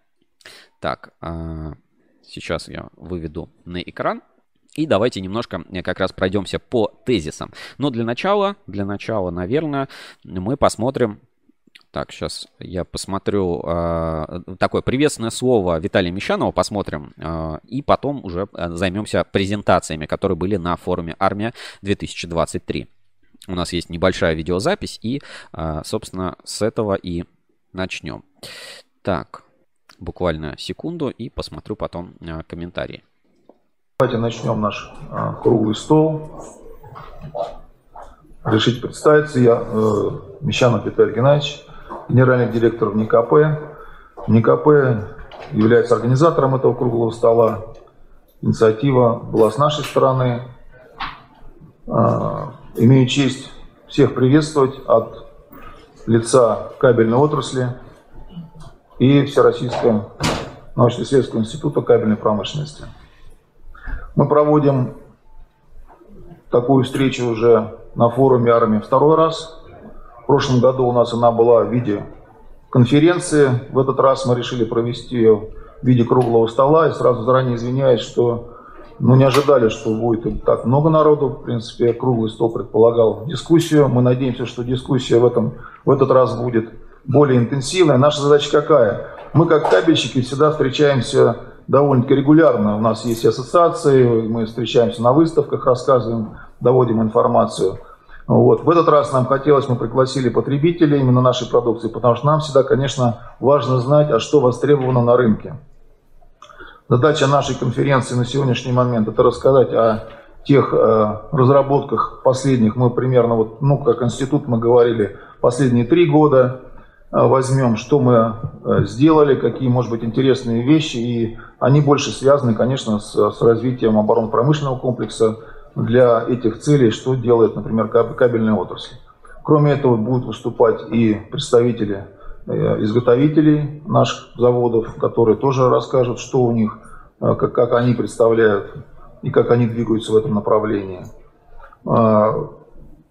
S1: Так, а, сейчас я выведу на экран. И давайте немножко как раз пройдемся по тезисам. Но для начала, для начала, наверное, мы посмотрим... Так, сейчас я посмотрю э, такое приветственное слово Виталия Мещанова, посмотрим, э, и потом уже займемся презентациями, которые были на форуме «Армия две тысячи двадцать три». У нас есть небольшая видеозапись, и, собственно, с этого и начнем. Так, буквально секунду, и посмотрю потом комментарии.
S4: Давайте начнем наш а, круглый стол. Решите представиться. Я э, Мещанов Виталий Геннадьевич, генеральный директор в НИИКП. НИИКП является организатором этого круглого стола. Инициатива была с нашей стороны. А, Имею честь всех приветствовать от лица кабельной отрасли и Всероссийского научно-исследовательского института кабельной промышленности. Мы проводим такую встречу уже на форуме «Армии» второй раз. В прошлом году у нас она была в виде конференции. В этот раз мы решили провести ее в виде круглого стола. И сразу заранее извиняюсь, что ну, не ожидали, что будет так много народу. В принципе, круглый стол предполагал дискуссию. Мы надеемся, что дискуссия в, этом, в этот раз будет более интенсивная. Наша задача какая? Мы, как кабельщики, всегда встречаемся довольно-таки регулярно. У нас есть ассоциации, мы встречаемся на выставках, рассказываем, доводим информацию. Вот. В этот раз нам хотелось, мы пригласили потребителей именно нашей продукции, потому что нам всегда, конечно, важно знать, а что востребовано на рынке. Задача нашей конференции на сегодняшний момент – это рассказать о тех э, разработках последних. Мы примерно, вот, ну, как институт мы говорили, последние три года э, возьмем, что мы э, сделали, какие, может быть, интересные вещи. И они больше связаны, конечно, с, с развитием оборонно-промышленного комплекса для этих целей, что делает, например, кабельная отрасль. Кроме этого, будут выступать и представители изготовителей наших заводов, которые тоже расскажут, что у них, как, как они представляют и как они двигаются в этом направлении.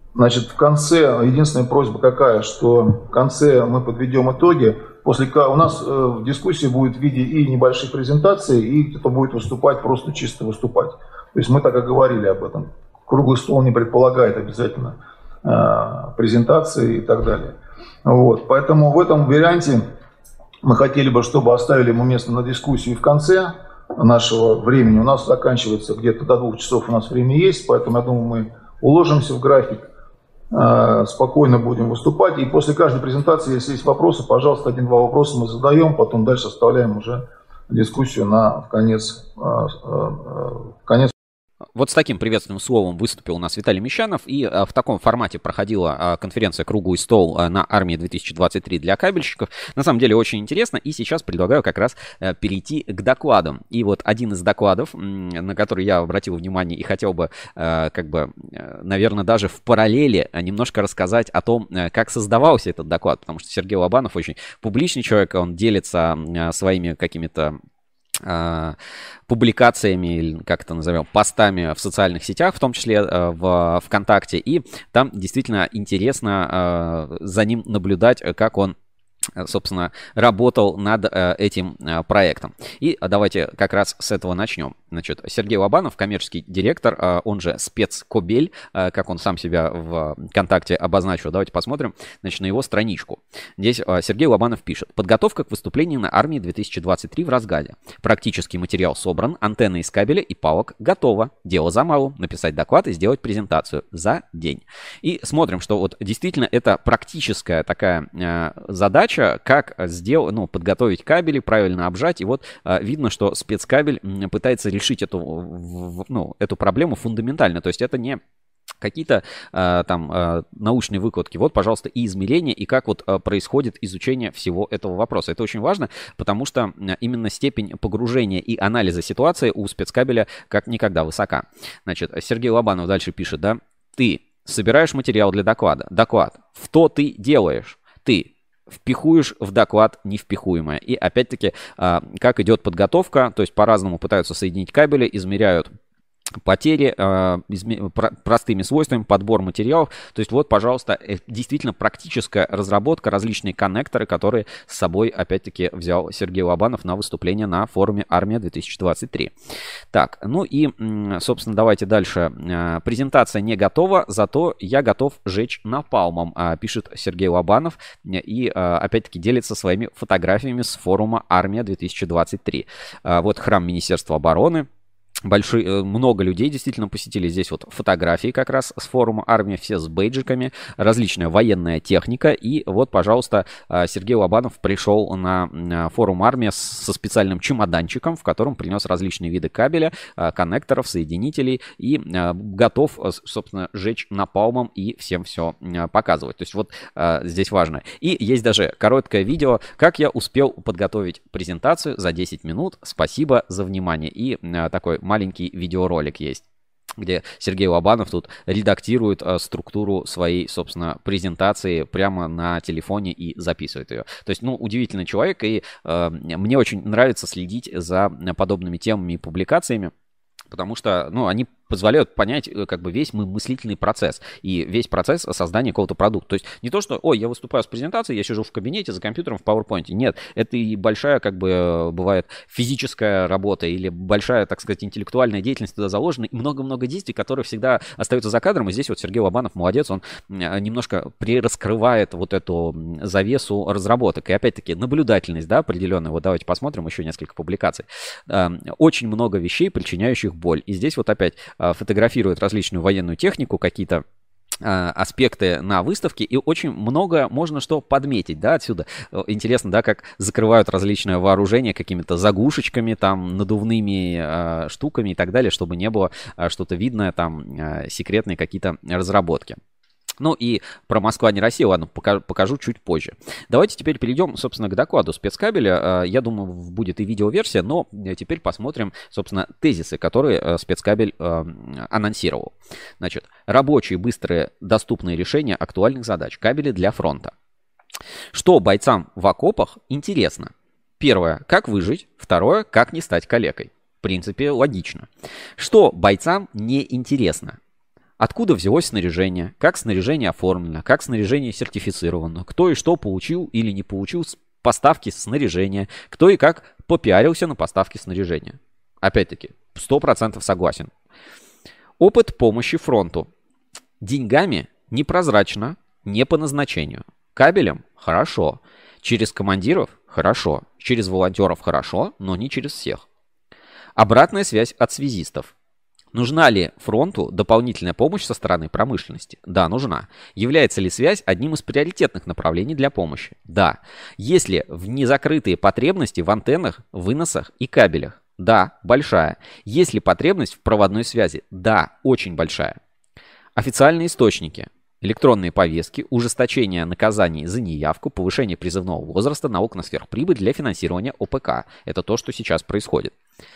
S4: Значит, в конце, единственная просьба какая, что в конце мы подведем итоги. После, у нас в дискуссии будет в виде и небольших презентаций, и кто-то будет выступать, просто чисто выступать. То есть мы так и говорили об этом. Круглый стол не предполагает обязательно э, презентации и так далее. Вот. Поэтому в этом варианте мы хотели бы, чтобы оставили ему место на дискуссию в конце нашего времени. У нас заканчивается где-то до двух часов, у нас время есть, поэтому я думаю, мы уложимся в график, э, спокойно будем выступать. И после каждой презентации, если есть вопросы, пожалуйста, один-два вопроса мы задаем, потом дальше оставляем уже дискуссию на в конец. Э, э, в конец.
S1: Вот с таким приветственным словом выступил у нас Виталий Мещанов, и а, в таком формате проходила а, конференция «Круглый стол» а, на Армии две тысячи двадцать три для кабельщиков. На самом деле очень интересно, и сейчас предлагаю как раз а, перейти к докладам. И вот один из докладов, на который я обратил внимание и хотел бы, а, как бы, наверное, даже в параллели немножко рассказать о том, как создавался этот доклад, потому что Сергей Лобанов очень публичный человек, он делится а, своими какими-то публикациями, или как это назовем, постами в социальных сетях, в том числе в ВКонтакте, и там действительно интересно за ним наблюдать, как он, собственно, работал над этим проектом. И давайте как раз с этого начнем. Значит, Сергей Лобанов, коммерческий директор, он же спецкобель, как он сам себя в ВКонтакте обозначил. Давайте посмотрим, значит, на его страничку. Здесь Сергей Лобанов пишет: подготовка к выступлению на Армии две тысячи двадцать три в разгаре. Практический материал собран, антенны из кабеля и палок готово. Дело за малым. Написать доклад и сделать презентацию за день. И смотрим, что вот действительно это практическая такая э, задача, как сделать, ну, подготовить кабели, правильно обжать. И вот э, видно, что спецкабель пытается решить эту, ну, эту проблему фундаментально. То есть это не какие-то э, там э, научные выкладки. Вот, пожалуйста, и измерения, и как вот э, происходит изучение всего этого вопроса. Это очень важно, потому что э, именно степень погружения и анализа ситуации у спецкабеля как никогда высока. Значит, Сергей Лобанов дальше пишет, да, ты собираешь материал для доклада. Доклад. Что ты делаешь? Ты впихуешь в доклад невпихуемое. И опять-таки, э, как идет подготовка, то есть по-разному пытаются соединить кабели, измеряют потери э, изме- про- простыми свойствами, подбор материалов. То есть вот, пожалуйста, э, действительно практическая разработка, различные коннекторы, которые с собой, опять-таки, взял Сергей Лобанов на выступление на форуме «Армия две тысячи двадцать три». Так, ну и, собственно, давайте дальше. Э, презентация не готова, зато я готов жечь напалмом, э, пишет Сергей Лобанов. И, э, опять-таки, делится своими фотографиями с форума «Армия две тысячи двадцать три». Э, вот храм Министерства обороны. Большой, много людей действительно посетили. Здесь вот фотографии как раз с форума «Армия», все с бейджиками, различная военная техника. И вот, пожалуйста, Сергей Лобанов пришел на форум «Армия» со специальным чемоданчиком, в котором принес различные виды кабеля, коннекторов, соединителей и готов, собственно, жечь напалмом и всем все показывать. То есть вот здесь важно. И есть даже короткое видео, как я успел подготовить презентацию за десять минут. Спасибо за внимание. И такой маленький видеоролик есть, где Сергей Лобанов тут редактирует э, структуру своей, собственно, презентации прямо на телефоне и записывает ее. То есть, ну, удивительный человек, и э, мне очень нравится следить за подобными темами и публикациями, потому что, ну, они позволяют понять как бы весь мыслительный процесс и весь процесс создания какого-то продукта. То есть не то, что, ой, я выступаю с презентацией, я сижу в кабинете за компьютером в PowerPoint. Нет, это и большая, как бы, бывает физическая работа или большая, так сказать, интеллектуальная деятельность туда заложена и много-много действий, которые всегда остаются за кадром. И здесь вот Сергей Лобанов молодец, он немножко прираскрывает вот эту завесу разработок. И опять-таки наблюдательность, да, определенная. Вот давайте посмотрим еще несколько публикаций. Очень много вещей, причиняющих боль. И здесь вот опять фотографирует различную военную технику, какие-то аспекты на выставке, и очень много можно что подметить, да, отсюда. Интересно, да, как закрывают различное вооружение какими-то заглушечками, там, надувными э, штуками и так далее, чтобы не было э, что-то видное, там, э, секретные какие-то разработки. Ну и про «Москва не Россия», ладно, покажу, покажу чуть позже. Давайте теперь перейдем, собственно, к докладу спецкабеля. Я думаю, будет и видеоверсия, но теперь посмотрим, собственно, тезисы, которые спецкабель анонсировал. Значит, рабочие, быстрые, доступные решения актуальных задач. Кабели для фронта. Что бойцам в окопах интересно? Первое, как выжить. Второе, как не стать калекой. В принципе, логично. Что бойцам не интересно? Откуда взялось снаряжение, как снаряжение оформлено, как снаряжение сертифицировано, кто и что получил или не получил с поставки снаряжения, кто и как попиарился на поставке снаряжения. Опять-таки, сто процентов согласен. Опыт помощи фронту. Деньгами непрозрачно, не по назначению. Кабелем – хорошо. Через командиров – хорошо. Через волонтеров – хорошо, но не через всех. Обратная связь от связистов. Нужна ли фронту дополнительная помощь со стороны промышленности? Да, нужна. Является ли связь одним из приоритетных направлений для помощи? Да. Есть ли незакрытые потребности в антеннах, выносах и кабелях? Да, большая. Есть ли потребность в проводной связи? Да, очень большая. Официальные источники. Электронные повестки, ужесточение наказаний за неявку, повышение призывного возраста, налог на сверхприбыль для финансирования О П К. Это то, что сейчас происходит.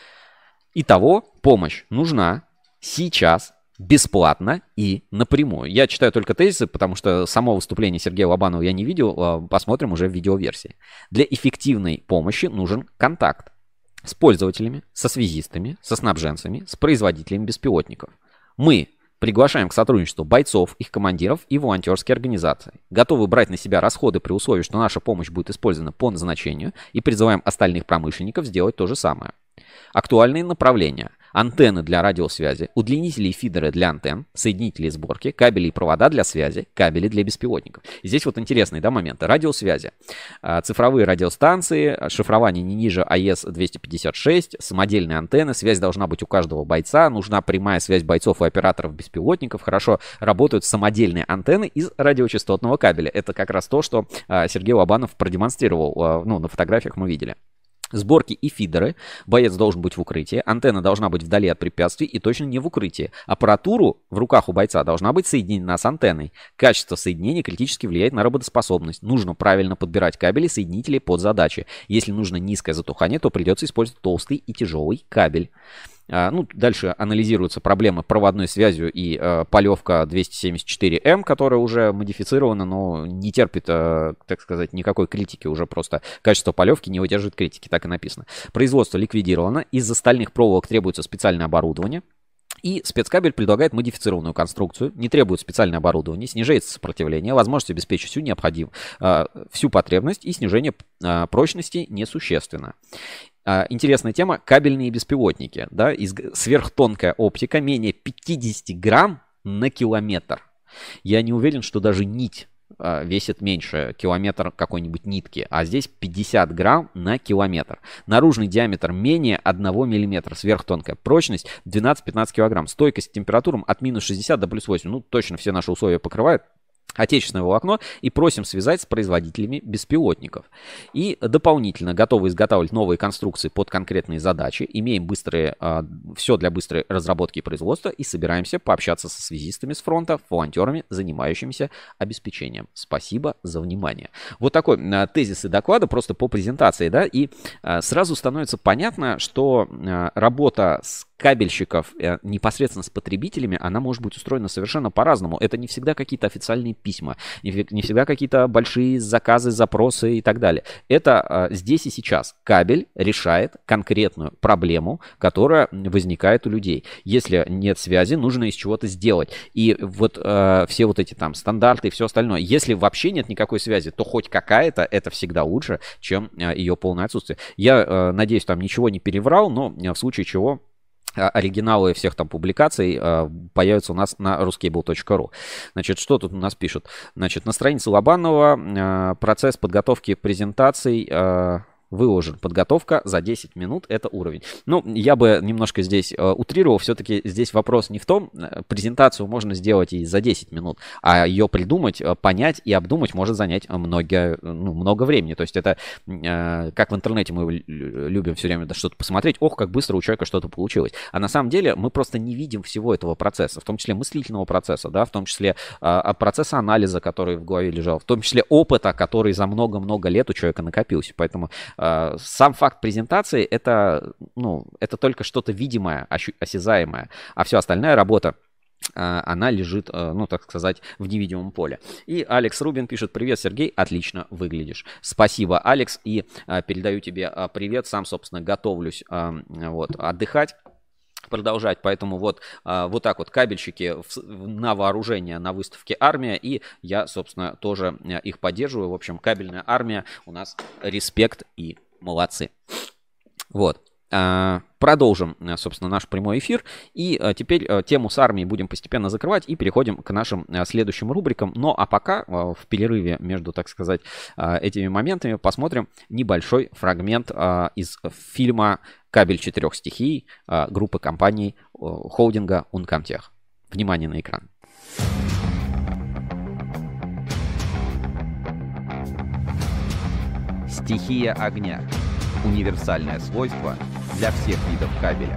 S1: Итого, помощь нужна сейчас, бесплатно и напрямую. Я читаю только тезисы, потому что само выступление Сергея Лобанова я не видел, посмотрим уже в видеоверсии. Для эффективной помощи нужен контакт с пользователями, со связистами, со снабженцами, с производителями беспилотников. Мы приглашаем к сотрудничеству бойцов, их командиров и волонтерские организации. Готовы брать на себя расходы при условии, что наша помощь будет использована по назначению, и призываем остальных промышленников сделать то же самое. Актуальные направления. Антенны для радиосвязи, удлинители и фидеры для антенн, соединители сборки, кабели и провода для связи, кабели для беспилотников. И здесь вот интересные, да, моменты. Радиосвязи. Цифровые радиостанции, шифрование не ниже А Е С двести пятьдесят шесть, самодельные антенны, связь должна быть у каждого бойца, нужна прямая связь бойцов и операторов беспилотников. Хорошо работают самодельные антенны из радиочастотного кабеля. Это как раз то, что Сергей Лобанов продемонстрировал, ну, на фотографиях мы видели. Сборки и фидеры. Боец должен быть в укрытии. Антенна должна быть вдали от препятствий и точно не в укрытии. Аппаратуру в руках у бойца должна быть соединена с антенной. Качество соединения критически влияет на работоспособность. Нужно правильно подбирать кабели и соединители под задачи. Если нужно низкое затухание, то придется использовать толстый и тяжелый кабель. Ну, дальше анализируются проблемы проводной связью и э, полевка двести семьдесят четыре М, которая уже модифицирована, но не терпит, э, так сказать, никакой критики. Уже просто качество полевки не выдерживает критики, так и написано. Производство ликвидировано. Из-за стальных проволок требуется специальное оборудование. И спецкабель предлагает модифицированную конструкцию, не требует специальное оборудование, снижается сопротивление, возможность обеспечить всю необходимую, э, всю потребность, и снижение э, прочности несущественно. Интересная тема – кабельные беспилотники. Да? Из... Сверхтонкая оптика, менее пятьдесят грамм на километр. Я не уверен, что даже нить а, весит меньше километр какой-нибудь нитки, а здесь пятьдесят грамм на километр. Наружный диаметр менее одного миллиметра, сверхтонкая. Прочность двенадцать-пятнадцать килограмм. Стойкость к температурам от минус шестидесяти до плюс восьми. Ну, точно все наши условия покрывает. Отечественное волокно, и просим связать с производителями беспилотников. И дополнительно готовы изготавливать новые конструкции под конкретные задачи. Имеем быстрые, э, все для быстрой разработки и производства, и собираемся пообщаться со связистами с фронта, волонтерами, занимающимися обеспечением. Спасибо за внимание. Вот такой э, тезис и доклада просто по презентации, да, и э, сразу становится понятно, что э, работа с кабельщиков э, непосредственно с потребителями, она может быть устроена совершенно по-разному. Это не всегда какие-то официальные письма, не всегда какие-то большие заказы, запросы и так далее. Это э, здесь и сейчас. Кабель решает конкретную проблему, которая возникает у людей. Если нет связи, нужно из чего-то сделать. И вот э, все вот эти там стандарты и все остальное. Если вообще нет никакой связи, то хоть какая-то, это всегда лучше, чем э, ее полное отсутствие. Я э, надеюсь, там ничего не переврал, но в случае чего оригиналы всех там публикаций э, появятся у нас на ruskable точка ру. Значит, что тут у нас пишут? Значит, на странице Лобанова э, процесс подготовки презентаций э, выложен. Подготовка за десять минут — это уровень. Ну, я бы немножко здесь э, утрировал. Все-таки здесь вопрос не в том, презентацию можно сделать и за десять минут, а ее придумать, понять и обдумать может занять много, ну, много времени. То есть это, э, как в интернете мы любим все время что-то посмотреть, ох, как быстро у человека что-то получилось. А на самом деле мы просто не видим всего этого процесса, в том числе мыслительного процесса, да, в том числе э, процесса анализа, который в голове лежал, в том числе опыта, который за много-много лет у человека накопился. Поэтому сам факт презентации это, ну, это только что-то видимое, осязаемое, а все остальная работа, она лежит, ну, так сказать, в невидимом поле. И Алекс Рубин пишет: привет, Сергей, отлично выглядишь. Спасибо, Алекс, и передаю тебе привет. Сам, собственно, готовлюсь вот, отдыхать. продолжать. Поэтому вот, а, вот так вот кабельщики в, на вооружение на выставке «Армия». И я, собственно, тоже их поддерживаю. В общем, кабельная армия у нас респект и молодцы. Вот. Продолжим, собственно, наш прямой эфир. И теперь тему с армией будем постепенно закрывать и переходим к нашим следующим рубрикам. Ну а пока в перерыве между, так сказать, этими моментами посмотрим небольшой фрагмент из фильма «Кабель четырех стихий» группы компаний холдинга Uncomtech. Внимание на экран.
S5: Стихия огня. Универсальное свойство для всех видов кабеля.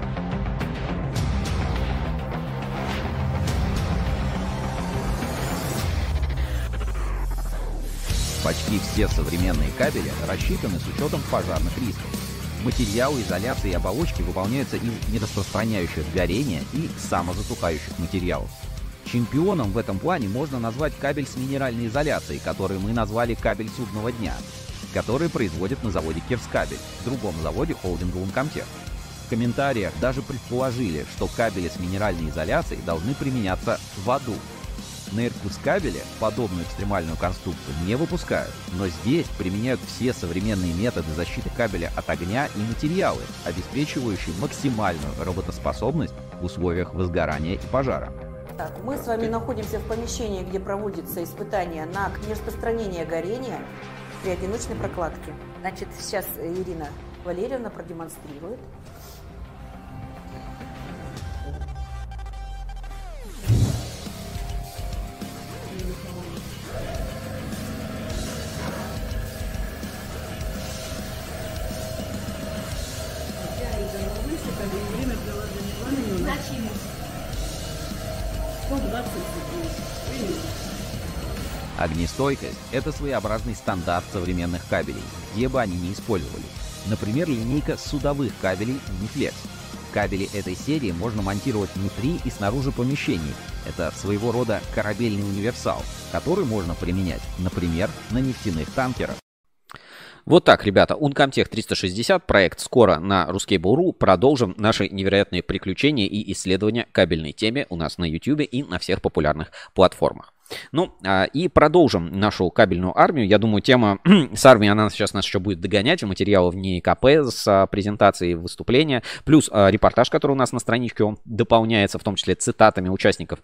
S5: Почти все современные кабели рассчитаны с учетом пожарных рисков. Материалы изоляции и оболочки выполняются из нераспространяющих горения и самозатухающих материалов. Чемпионом в этом плане можно назвать кабель с минеральной изоляцией, который мы назвали кабель судного дня, который производят на заводе Кирскабель, другом заводе холдинга Uncomtech. В комментариях даже предположили, что кабели с минеральной изоляцией должны применяться в аду. На Иркутскабеле подобную экстремальную конструкцию не выпускают, но здесь применяют все современные методы защиты кабеля от огня и материалы, обеспечивающие максимальную работоспособность в условиях возгорания и пожара.
S6: Так, мы с вами находимся в помещении, где проводится испытание на нераспространение горения при одиночной прокладке. Значит, сейчас Ирина Валерьевна продемонстрирует.
S5: Огнестойкость – это своеобразный стандарт современных кабелей, где бы они ни использовались. Например, линейка судовых кабелей Uniflex. Кабели этой серии можно монтировать внутри и снаружи помещений. Это своего рода корабельный универсал, который можно применять, например, на нефтяных танкерах.
S1: Вот так, ребята, Uncomtech триста шестьдесят, проект скоро на Ruscable точка ру. Продолжим наши невероятные приключения и исследования кабельной теме у нас на YouTube и на всех популярных платформах. Ну, и продолжим нашу кабельную армию. Я думаю, тема с армией, она сейчас нас еще будет догонять. Материалов не КП с презентацией выступления. Плюс репортаж, который у нас на страничке, он дополняется, в том числе цитатами участников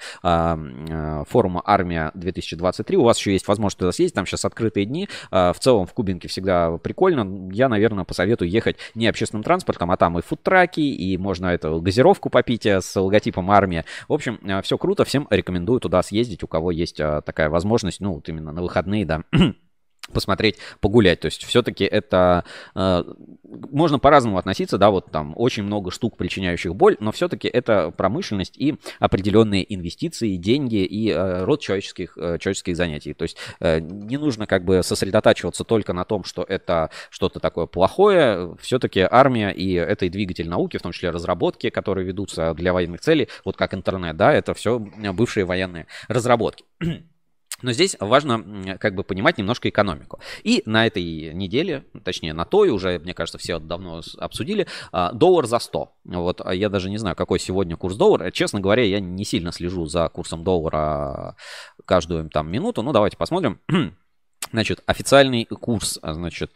S1: форума «Армия-две тысячи двадцать три». У вас еще есть возможность туда съездить. Там сейчас открытые дни. В целом в Кубинке всегда прикольно. Я, наверное, посоветую ехать не общественным транспортом, а там и фудтраки, и можно эту газировку попить с логотипом «Армия». В общем, все круто. Всем рекомендую туда съездить, у кого есть такая возможность, ну, вот именно на выходные, да, посмотреть, погулять. То есть все-таки это э, можно по-разному относиться, да, вот там очень много штук, причиняющих боль, но все-таки это промышленность и определенные инвестиции, деньги и э, род человеческих, э, человеческих занятий. То есть э, не нужно как бы сосредотачиваться только на том, что это что-то такое плохое. Все-таки армия и это и двигатель науки, в том числе разработки, которые ведутся для военных целей, вот как интернет, да, это все бывшие военные разработки. Но здесь важно как бы понимать немножко экономику. И на этой неделе, точнее на той, уже, мне кажется, все давно обсудили, доллар за сто. Вот я даже не знаю, какой сегодня курс доллара. Честно говоря, я не сильно слежу за курсом доллара каждую там минуту. Ну, давайте посмотрим. Значит, официальный курс, значит,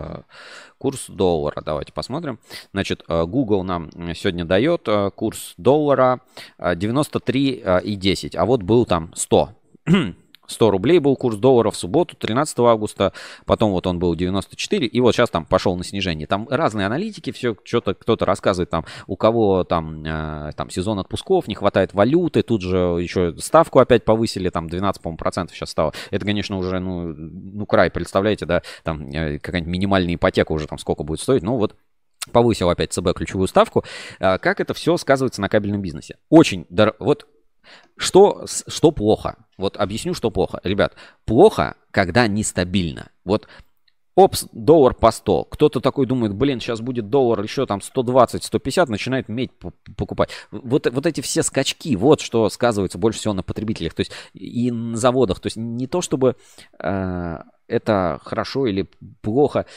S1: курс доллара, давайте посмотрим. Значит, Google нам сегодня дает курс доллара девяносто три и десять, а вот был там сто. сто рублей был курс доллара в субботу, тринадцатого августа, потом вот он был девяносто четыре, и вот сейчас там пошел на снижение. Там разные аналитики, все, что-то кто-то рассказывает, там, у кого там, э, там сезон отпусков, не хватает валюты, тут же еще ставку опять повысили, там двенадцать, по-моему, процентов сейчас стало. Это, конечно, уже, ну, ну край, представляете, да, там э, какая-нибудь минимальная ипотека уже там сколько будет стоить, ну вот. Повысил опять ЦБ ключевую ставку. Э, как это все сказывается на кабельном бизнесе? Очень дорого. Вот Что, что плохо? Вот объясню, что плохо. Ребят, плохо, когда нестабильно. Вот, опс, доллар по сто. Кто-то такой думает, блин, сейчас будет доллар еще там сто двадцать, сто пятьдесят, начинает медь покупать. Вот, вот эти все скачки, вот что сказывается больше всего на потребителях, то есть и на заводах. То есть не то, чтобы э, это хорошо или плохо.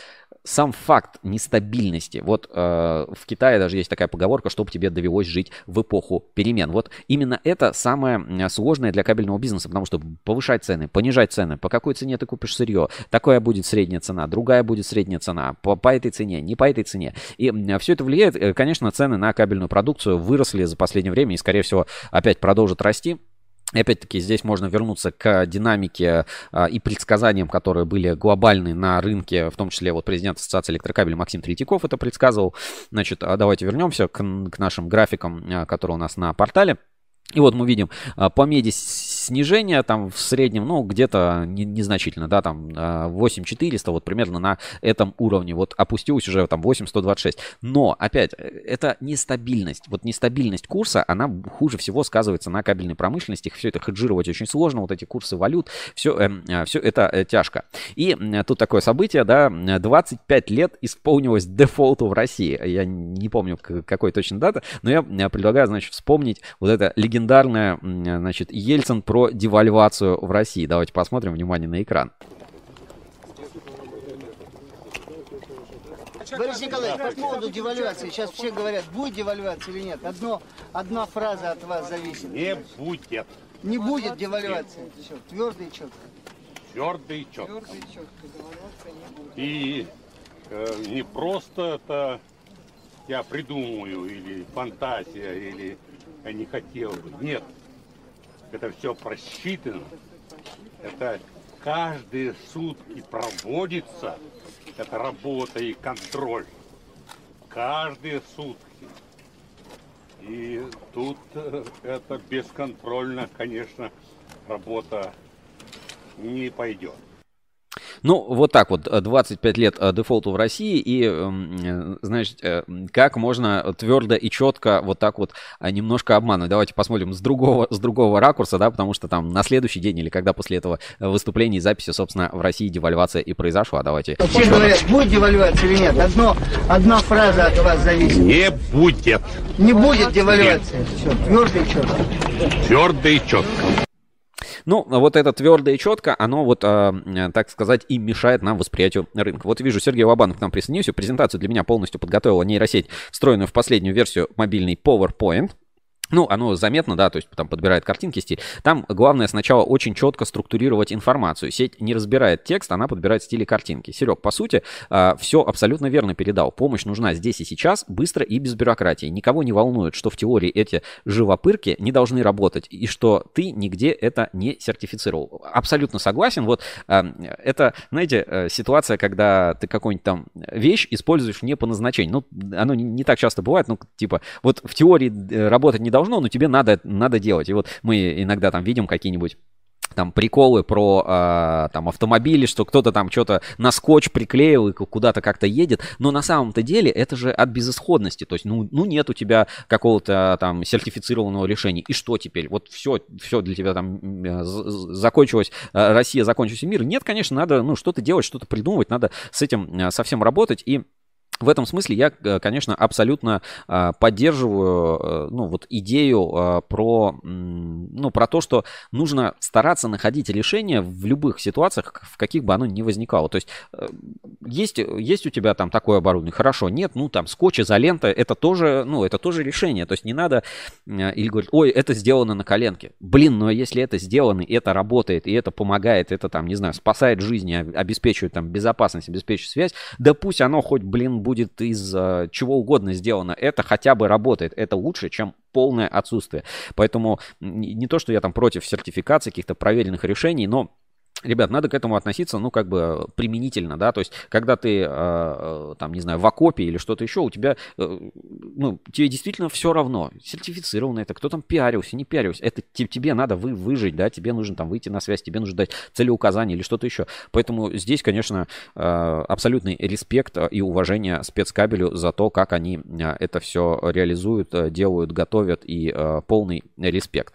S1: сам факт нестабильности. Вот э, в Китае даже есть такая поговорка, чтобы тебе довелось жить в эпоху перемен. Вот именно это самое сложное для кабельного бизнеса, потому что повышать цены, понижать цены, по какой цене ты купишь сырье, такая будет средняя цена, другая будет средняя цена, по, по этой цене, не по этой цене. И все это влияет, конечно, цены на кабельную продукцию выросли за последнее время и, скорее всего, опять продолжат расти. И опять-таки здесь можно вернуться к динамике а, и предсказаниям, которые были глобальны на рынке, в том числе вот президент Ассоциации электрокабелей Максим Третьяков это предсказывал. Значит, давайте вернемся к, к нашим графикам, а, которые у нас на портале. И вот мы видим а, по меди снижение там в среднем, ну, где-то не, незначительно, да, там восемь тысяч четыреста, вот примерно на этом уровне. Вот опустилось уже там восемь тысяч сто двадцать шесть. Но, опять, это нестабильность. Вот нестабильность курса, она хуже всего сказывается на кабельной промышленности. Все это хеджировать очень сложно, вот эти курсы валют, все, э, все это э, тяжко. И э, тут такое событие, да, двадцать пять лет исполнилось дефолту в России. Я не помню, какой точно дата, но я предлагаю, значит, вспомнить вот это легендарное, значит, Ельцин про девальвацию в России. Давайте посмотрим, внимание на экран.
S7: Борис Николаевич, по поводу девальвации. Сейчас все говорят, будет девальвация или нет. Одно, одна фраза от вас зависит.
S8: Не будет.
S7: Не будет девальвации. Все, твердо и четко.
S8: Твердо и четко. И э, не просто это я придумаю, или фантазия, или я не хотел бы. Нет. Это все просчитано. Это каждые сутки проводится. Это работа и контроль. Каждые сутки. И тут это бесконтрольно, конечно, работа не пойдет.
S1: Ну, вот так вот, двадцать пять лет дефолту в России, и, значит, как можно твердо и четко вот так вот немножко обманывать. Давайте посмотрим с другого, с другого ракурса, да, потому что там на следующий день или когда после этого выступления и записи, собственно, в России девальвация и произошла. Давайте.
S7: Все говорят, будет девальвация или нет. Одно, одна фраза от вас зависит.
S8: Не будет.
S7: Не будет девальвации. Все, твердо и четко.
S8: Твердо и четко.
S1: Ну, вот это твердо и четко, оно вот, э, так сказать, и мешает нам восприятию рынка. Вот вижу, Сергей Лобанов к нам присоединился. Презентацию для меня полностью подготовила нейросеть, встроенную в последнюю версию мобильный PowerPoint. Ну, оно заметно, да, то есть там подбирает картинки, стиль. Там главное сначала очень четко структурировать информацию. Сеть не разбирает текст, она подбирает стили картинки. Серег, по сути, все абсолютно верно передал. Помощь нужна здесь и сейчас, быстро и без бюрократии. Никого не волнует, что в теории эти живопырки не должны работать и что ты нигде это не сертифицировал. Абсолютно согласен. Вот это, знаете, ситуация, когда ты какую-нибудь там вещь используешь не по назначению. Ну, оно не так часто бывает, ну, типа, вот в теории работать не должно, но тебе надо, надо делать. И вот мы иногда там видим какие-нибудь там приколы про э, там автомобили, что кто-то там что-то на скотч приклеил и куда-то как-то едет, но на самом-то деле это же от безысходности, то есть ну, ну нет у тебя какого-то там сертифицированного решения, и что теперь? Вот все, все для тебя там закончилось, Россия, закончился мир. Нет, конечно, надо ну что-то делать, что-то придумывать, надо с этим совсем работать. И в этом смысле я, конечно, абсолютно поддерживаю ну, вот идею про, ну, про то, что нужно стараться находить решение в любых ситуациях, в каких бы оно ни возникало. То есть есть, есть у тебя там такое оборудование, хорошо, нет, ну там скотч, изолента, это тоже, ну, это тоже решение. То есть не надо или говорить, ой, это сделано на коленке. Блин, но если это сделано, и это работает, и это помогает, это там, не знаю, спасает жизни, обеспечивает там безопасность, обеспечивает связь, да пусть оно хоть, блин, будет будет из uh, чего угодно сделано, это хотя бы работает, это лучше, чем полное отсутствие. Поэтому не, не то, что я там против сертификации, каких-то проверенных решений, но ребят, надо к этому относиться, ну, как бы применительно, да, то есть, когда ты, э, там, не знаю, в окопе или что-то еще, у тебя, э, ну, тебе действительно все равно, сертифицировано это, кто там пиарился, не пиарился, это тебе надо вы, выжить, да, тебе нужно там выйти на связь, тебе нужно дать целеуказание или что-то еще. Поэтому здесь, конечно, э, абсолютный респект и уважение спецкабелю за то, как они это все реализуют, делают, готовят, и э, полный респект.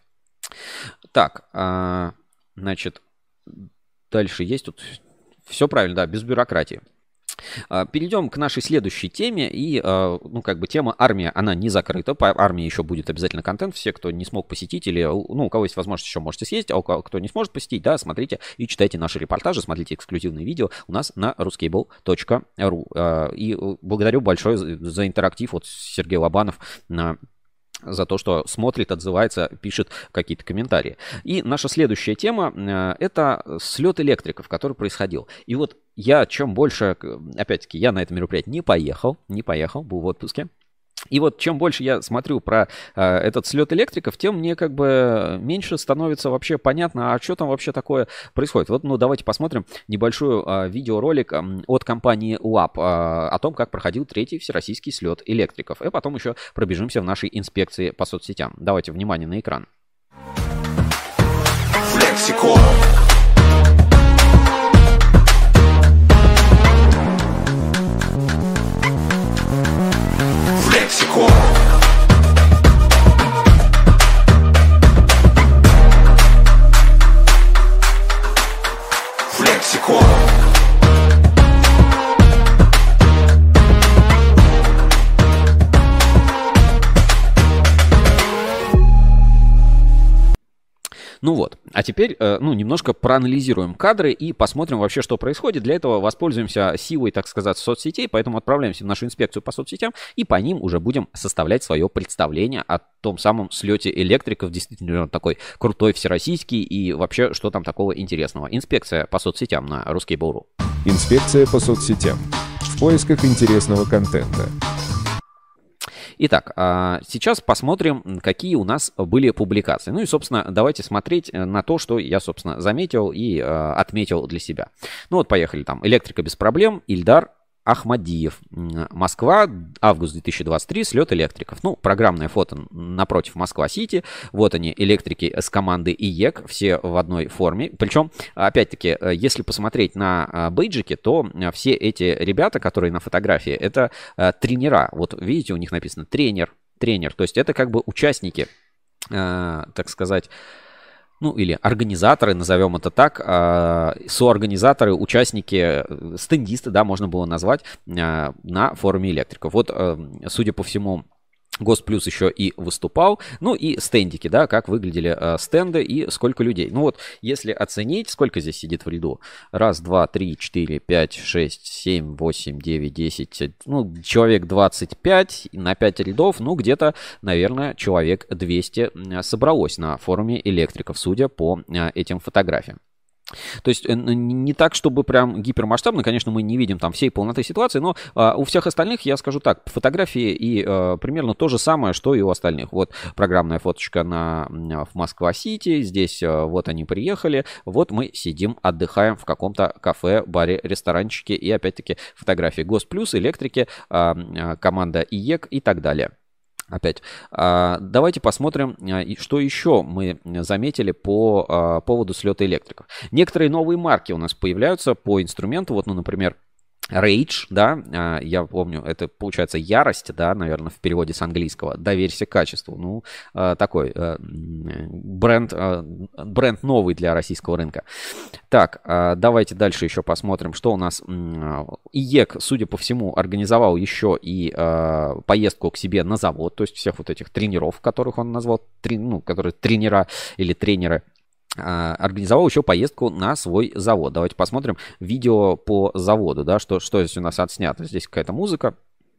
S1: Так, э, значит... Дальше есть тут все правильно, да, без бюрократии. Перейдем к нашей следующей теме. И, ну, как бы тема армия, она не закрыта. По армии еще будет обязательно контент. Все, кто не смог посетить или, ну, у кого есть возможность, еще можете съездить. А у кого, кто не сможет посетить, да, смотрите и читайте наши репортажи, смотрите эксклюзивные видео у нас на ruskable точка ру. И благодарю большое за интерактив от Сергея Лобанов на... за то, что смотрит, отзывается, пишет какие-то комментарии. И наша следующая тема – это слет электриков, который происходил. И вот я чем больше, опять-таки, я на это мероприятие не поехал, не поехал, был в отпуске. И вот чем больше я смотрю про э, этот слет электриков, тем мне как бы меньше становится вообще понятно, а что там вообще такое происходит. Вот, ну, давайте посмотрим небольшой э, видеоролик э, от компании УАП э, о том, как проходил третий всероссийский слет электриков. И потом еще пробежимся в нашей инспекции по соцсетям. Давайте внимание на экран. Флексикон. Флексикон. Флексикон. Ну вот, а теперь, ну, немножко проанализируем кадры и посмотрим вообще, что происходит. Для этого воспользуемся силой, так сказать, соцсетей, поэтому отправляемся в нашу инспекцию по соцсетям и по ним уже будем составлять свое представление о том самом слете электриков, действительно такой крутой всероссийский, и вообще, что там такого интересного. Инспекция по соцсетям на ruskable точка ру.
S2: Инспекция по соцсетям. В поисках интересного контента.
S1: Итак, сейчас посмотрим, какие у нас были публикации. Ну и, собственно, давайте смотреть на то, что я, собственно, заметил и отметил для себя. Ну вот, поехали там. Электрика без проблем. Ильдар Ахмадиев. Москва, август две тысячи двадцать три, слет электриков. Ну, программное фото напротив Москва-Сити. Вот они, электрики с команды ИЕК, все в одной форме. Причем, опять-таки, если посмотреть на бейджики, то все эти ребята, которые на фотографии, это тренера. Вот видите, у них написано тренер, тренер. То есть это как бы участники, так сказать, ну, или организаторы, назовем это так, соорганизаторы, участники, стендисты, да, можно было назвать, на форуме электриков. Вот, судя по всему, Госплюс еще и выступал. Ну и стендики, да, как выглядели э, стенды и сколько людей. Ну вот, если оценить, сколько здесь сидит в ряду. Раз, два, три, четыре, пять, шесть, семь, восемь, девять, десять. Ну, человек двадцать пять на пять рядов. Ну, где-то, наверное, человек двести собралось на форуме электриков, судя по э, этим фотографиям. То есть не так, чтобы прям гипермасштабно, конечно, мы не видим там всей полноты ситуации, но а, у всех остальных, я скажу так, фотографии и а, примерно то же самое, что и у остальных. Вот программная фоточка на, в Москва-Сити, здесь а, вот они приехали, вот мы сидим, отдыхаем в каком-то кафе, баре, ресторанчике, и опять-таки фотографии Госплюс, электрики, а, команда ИЕК и так далее. Опять. Давайте посмотрим, что еще мы заметили по поводу слета электриков. Некоторые новые марки у нас появляются по инструменту. Вот, ну, например, Rage, да, я помню, это получается ярость, да, наверное, в переводе с английского. Доверься качеству. Ну, такой бренд, бренд новый для российского рынка. Так, давайте дальше еще посмотрим, что у нас. ИЕК, судя по всему, организовал еще и поездку к себе на завод, то есть всех вот этих тренеров, которых он назвал, ну, которые тренера или тренеры. Организовал еще поездку на свой завод. Давайте посмотрим видео по заводу, да, что, что здесь у нас отснято. Здесь какая-то музыка.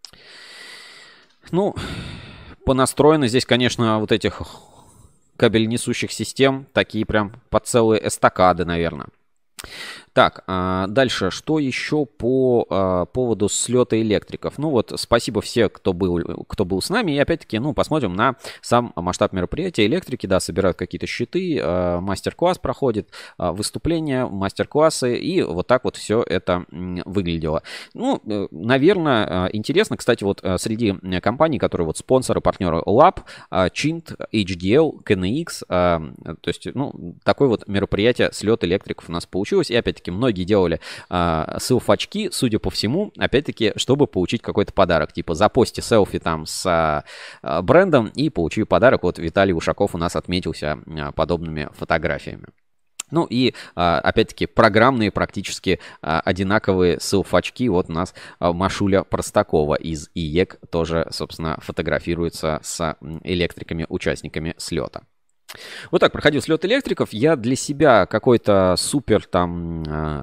S1: Ну, понастроено здесь, конечно, вот этих кабельнесущих систем, такие прям по целые эстакады, наверное. Так, дальше, что еще по поводу слета электриков? Ну вот, спасибо всем, кто был, кто был с нами. И опять-таки, ну, посмотрим на сам масштаб мероприятия. Электрики, да, собирают какие-то щиты, мастер-класс проходит, выступления, мастер-классы. И вот так вот все это выглядело. Ну, наверное, интересно, кстати, вот среди компаний, которые вот спонсоры, партнеры ЛАП, Чинт, эйч ди эл, ка эн икс, то есть, ну, такое вот мероприятие, слет электриков у нас получилось. И опять-таки, многие делали а, селфачки, судя по всему, опять-таки, чтобы получить какой-то подарок. Типа, запости селфи там с а, брендом и получи подарок. Вот Виталий Ушаков у нас отметился а, подобными фотографиями. Ну и, опять-таки, программные практически одинаковые селфачки. Вот у нас Машуля Простакова из ИЕК тоже, собственно, фотографируется с электриками, участниками слета. Вот так проходил слет электриков. Я для себя какой-то супер там,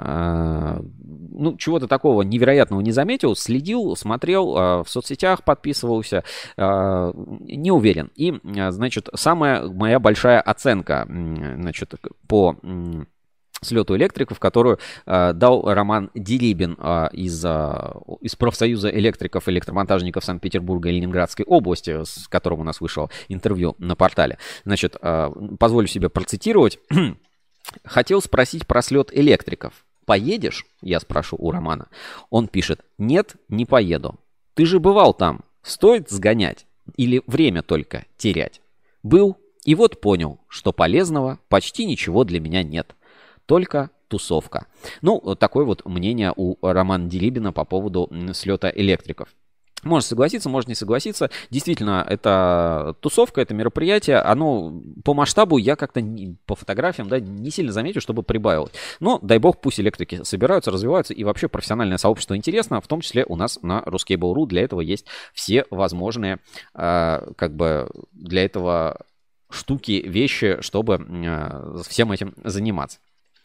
S1: э, ну, чего-то такого невероятного не заметил. Следил, смотрел, э, в соцсетях подписывался. Э, не уверен. И, э, значит, самая моя большая оценка, э, значит, по... Э, слету электриков, которую э, дал Роман Дерибин э, из, э, из профсоюза электриков и электромонтажников Санкт-Петербурга и Ленинградской области, с которым у нас вышло интервью на портале. Значит, э, позволю себе процитировать. Хотел спросить про слет электриков. Поедешь? Я спрошу у Романа. Он пишет: нет, не поеду. Ты же бывал там. Стоит сгонять? Или время только терять? Был, и вот понял, что полезного почти ничего для меня нет. Только тусовка. Ну, такое вот мнение у Романа Дерибина по поводу слета электриков. Можно согласиться, можно не согласиться. Действительно, это тусовка, это мероприятие. Оно по масштабу я как-то не, по фотографиям, да, не сильно заметил, чтобы прибавилось. Но, дай бог, пусть электрики собираются, развиваются. И вообще профессиональное сообщество интересно. В том числе у нас на Ruscable точка ру для этого есть все возможные, э, как бы, для этого штуки, вещи, чтобы э, всем этим заниматься.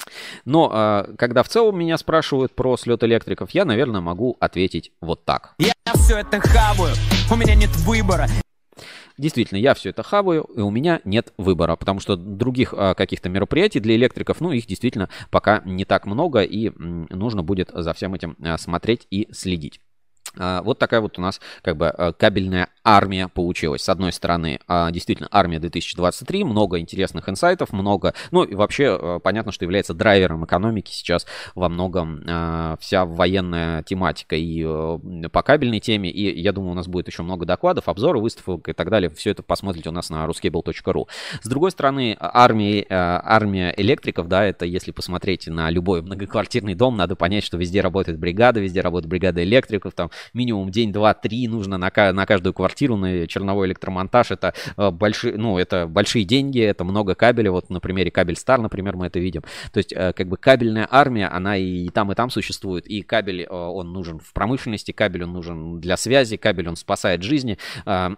S1: Но э, когда в целом меня спрашивают про слет электриков, я, наверное, могу ответить вот так.
S9: Я все это хаваю, у меня нет выбора.
S1: Действительно, я все это хаваю, и у меня нет выбора, потому что других а, каких-то мероприятий для электриков, ну, их действительно пока не так много, и м, нужно будет за всем этим а, смотреть и следить. А, вот такая вот у нас как бы а, кабельная армия получилась. С одной стороны, а, действительно, армия две тысячи двадцать три, много интересных инсайтов, много, ну, и вообще а, понятно, что является драйвером экономики сейчас во многом а, вся военная тематика и а, по кабельной теме, и я думаю, у нас будет еще много докладов, обзоров, выставок и так далее. Все это посмотрите у нас на Ruscable точка ру. С другой стороны, армия, а, армия электриков, да, это если посмотреть на любой многоквартирный дом, надо понять, что везде работает бригада, везде работает бригада электриков, там минимум день, два, три нужно на, на каждую квартиру, на черновой электромонтаж. Это, э, большие, ну, это большие деньги, это много кабеля. Вот на примере Кабельстар, например, мы это видим. То есть, э, как бы кабельная армия, она и там, и там существует. И кабель, э, он нужен в промышленности, кабель, он нужен для связи, кабель, он спасает жизни. Э,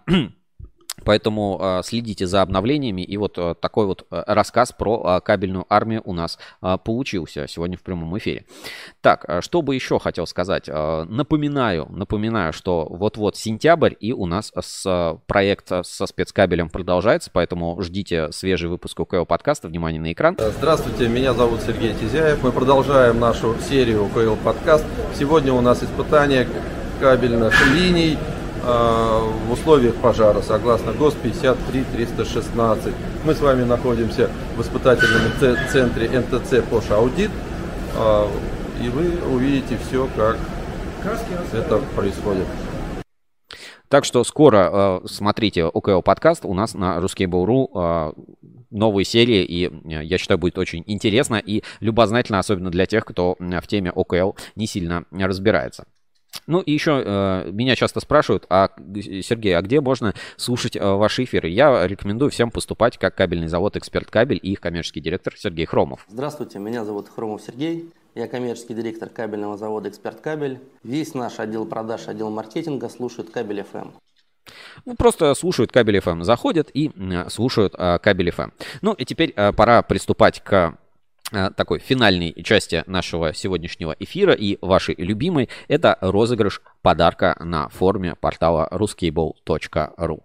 S1: Поэтому э, следите за обновлениями. И вот э, такой вот э, рассказ про э, кабельную армию у нас э, получился сегодня в прямом эфире. Так, э, что бы еще хотел сказать. Э, напоминаю, напоминаю, что вот-вот сентябрь, и у нас с, э, проект со спецкабелем продолжается, поэтому ждите свежий выпуск УКЛ подкаста. Внимание на экран.
S10: Здравствуйте, меня зовут Сергей Тизяев. Мы продолжаем нашу серию УКЛ подкаст. Сегодня у нас испытание кабельных линий в условиях пожара, согласно ГОСТ пятьдесят три триста шестнадцать. Мы с вами находимся в испытательном центре эн тэ цэ Пош Аудит, и вы увидите все, как это происходит.
S1: Так что скоро э, смотрите ОКЛ подкаст у нас на Ruscable точка ру, э, новые серии, и э, я считаю, будет очень интересно и любознательно, особенно для тех, кто в теме ОКЛ не сильно разбирается. Ну и еще э, меня часто спрашивают: а, Сергей, а где можно слушать э, ваши эфиры? Я рекомендую всем поступать как кабельный завод «Эксперт Кабель» и их коммерческий директор Сергей Хромов.
S11: Здравствуйте, меня зовут Хромов Сергей, я коммерческий директор кабельного завода «Эксперт Кабель». Весь наш отдел продаж, отдел маркетинга слушает Кабель эф эм.
S1: Ну, просто слушают Кабель эф эм, заходят и э, слушают э, Кабель эф эм. Ну и теперь э, пора приступать к такой финальной части нашего сегодняшнего эфира и вашей любимой. Это розыгрыш подарка на форуме портала Ruscable точка ру.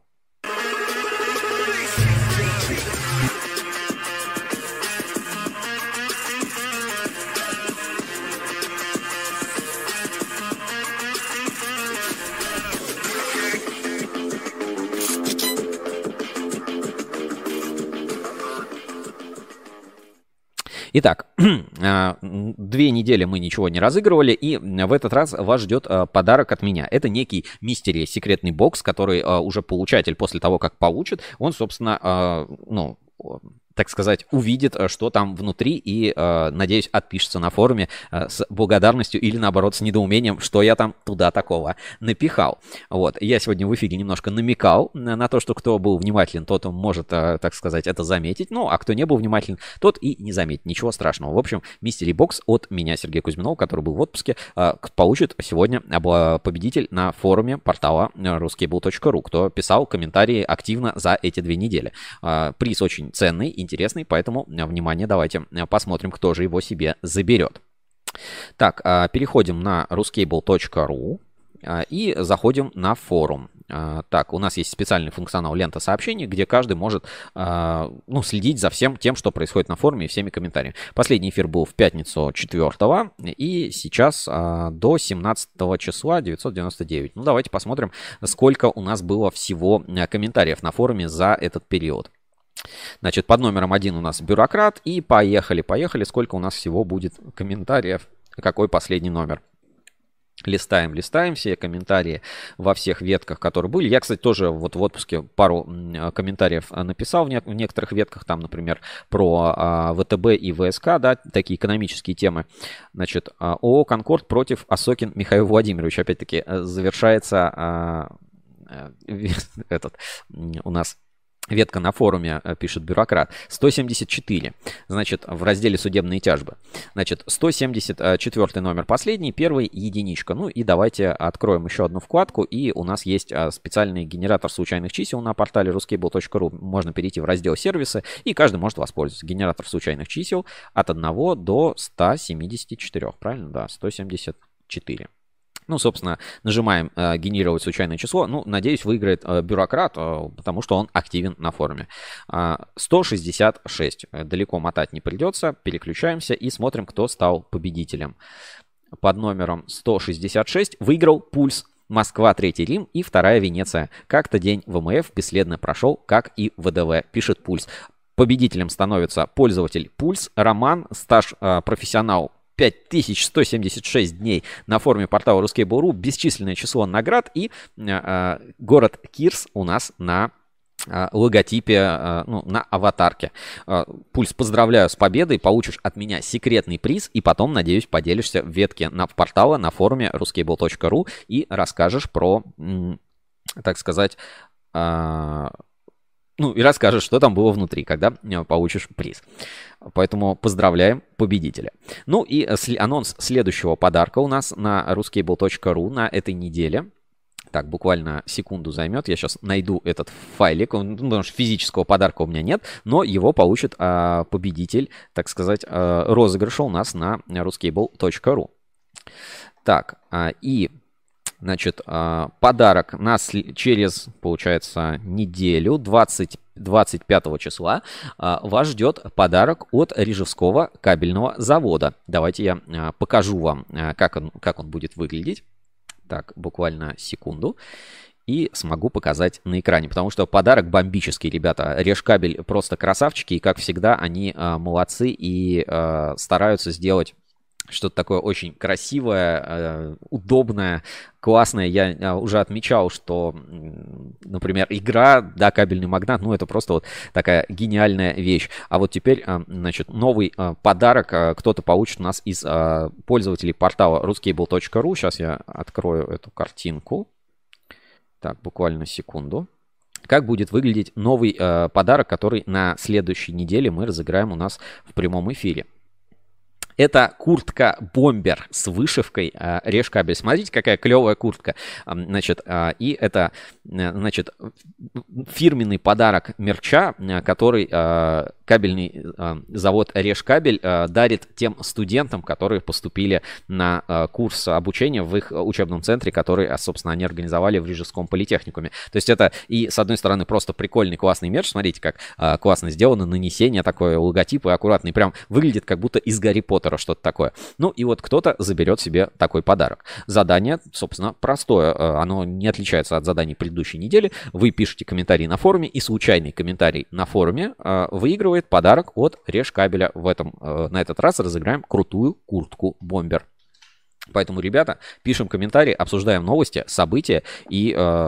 S1: Итак, две недели мы ничего не разыгрывали, и в этот раз вас ждет подарок от меня. Это некий мистери, секретный бокс, который уже получатель после того, как получит, он, собственно, ну, так сказать, увидит, что там внутри и, надеюсь, отпишется на форуме с благодарностью или, наоборот, с недоумением, что я там туда такого напихал. Вот. Я сегодня в эфире немножко намекал на то, что кто был внимателен, тот может, так сказать, это заметить. Ну, а кто не был внимателен, тот и не заметит. Ничего страшного. В общем, Mystery Box от меня, Сергея Кузьминова, который был в отпуске, получит сегодня победитель на форуме портала ruskable точка ру, кто писал комментарии активно за эти две недели. Приз очень ценный, интересный, поэтому, внимание, давайте посмотрим, кто же его себе заберет. Так, переходим на ruskable точка ру и заходим на форум. Так, у нас есть специальный функционал лента сообщений, где каждый может ну, следить за всем тем, что происходит на форуме и всеми комментариями. Последний эфир был в пятницу четвёртого, и сейчас до семнадцатого числа девятьсот девяносто девять. Ну, давайте посмотрим, сколько у нас было всего комментариев на форуме за этот период. Значит, под номером один у нас бюрократ, и поехали, поехали, сколько у нас всего будет комментариев, какой последний номер. Листаем, листаем все комментарии во всех ветках, которые были. Я, кстати, тоже вот в отпуске пару комментариев написал в, не в некоторых ветках, там, например, про а, ВТБ и ВСК, да, такие экономические темы. Значит, ООО «Конкорд» против Осокин Михаил Владимирович, опять-таки, завершается а, этот у нас... Ветка на форуме, пишет бюрократ, сто семьдесят четыре, значит, в разделе «Судебные тяжбы». Значит, сто семьдесят четвёртый номер последний, первый единичка. Ну и давайте откроем еще одну вкладку, и у нас есть специальный генератор случайных чисел на портале ruskable точка ру. Можно перейти в раздел «Сервисы», и каждый может воспользоваться. Генератор случайных чисел от одного до ста семидесяти четырёх, правильно? Да, сто семьдесят четыре. Ну, собственно, нажимаем э, «Генерировать случайное число». Ну, надеюсь, выиграет э, бюрократ, э, потому что он активен на форуме. Э, сто шестьдесят шесть. Далеко мотать не придется. Переключаемся и смотрим, кто стал победителем. Под номером сто шестьдесят шесть выиграл «Пульс». Москва, Третий Рим и вторая Венеция. Как-то день ВМФ бесследно прошел, как и ВДВ, пишет «Пульс». Победителем становится пользователь «Пульс». Роман, стаж э, профессионал. пять тысяч сто семьдесят шесть дней на форуме портала ruskable точка ру, бесчисленное число наград и э, город Кирс у нас на э, логотипе, э, ну, на аватарке. Э, Пульс, поздравляю с победой, получишь от меня секретный приз и потом, надеюсь, поделишься в ветке на, в портала на форуме ruskable точка ру и расскажешь про, м, так сказать, э, ну и расскажешь, что там было внутри, когда получишь приз. Поэтому поздравляем победителя. Ну и анонс следующего подарка у нас на ruskable точка ру на этой неделе. Так, буквально секунду займет. Я сейчас найду этот файлик. Он, потому что физического подарка у меня нет, но его получит а, победитель, так сказать, а, розыгрыша у нас на ruskable точка ру. Так, а, и... Значит, подарок нас через, получается, неделю, двадцать, двадцать пятого числа, вас ждет подарок от Рижевского кабельного завода. Давайте я покажу вам, как он, как он будет выглядеть. Так, буквально секунду. И смогу показать на экране, потому что подарок бомбический, ребята. Режкабель просто красавчики, и, как всегда, они молодцы и стараются сделать что-то такое очень красивое, э, удобное, классное. Я э, уже отмечал, что, например, игра, да, кабельный магнат, ну, это просто вот такая гениальная вещь. А вот теперь, э, значит, новый э, подарок э, кто-то получит у нас из э, пользователей портала ruskable точка ру. Сейчас я открою эту картинку. Так, буквально секунду. Как будет выглядеть новый э, подарок, который на следующей неделе мы разыграем у нас в прямом эфире. Это куртка-бомбер с вышивкой э, режкабель. Смотрите, какая клевая куртка. Значит, э, и это, э, значит, фирменный подарок мерча, э, который э, кабельный э, завод Режкабель э, дарит тем студентам, которые поступили на э, курс обучения в их учебном центре, который, собственно, они организовали в Рижском политехникуме. То есть это и, с одной стороны, просто прикольный, классный мерч. Смотрите, как э, классно сделано нанесение, такое логотипы аккуратный. Прям выглядит, как будто из Гарри Поттера что-то такое. Ну и вот кто-то заберет себе такой подарок. Задание, собственно, простое. Оно не отличается от заданий предыдущей недели. Вы пишете комментарий на форуме, и случайный комментарий на форуме выигрывает подарок от Режкабеля. В этом, на этот раз разыграем крутую куртку-бомбер. Поэтому, ребята, пишем комментарии, обсуждаем новости, события и...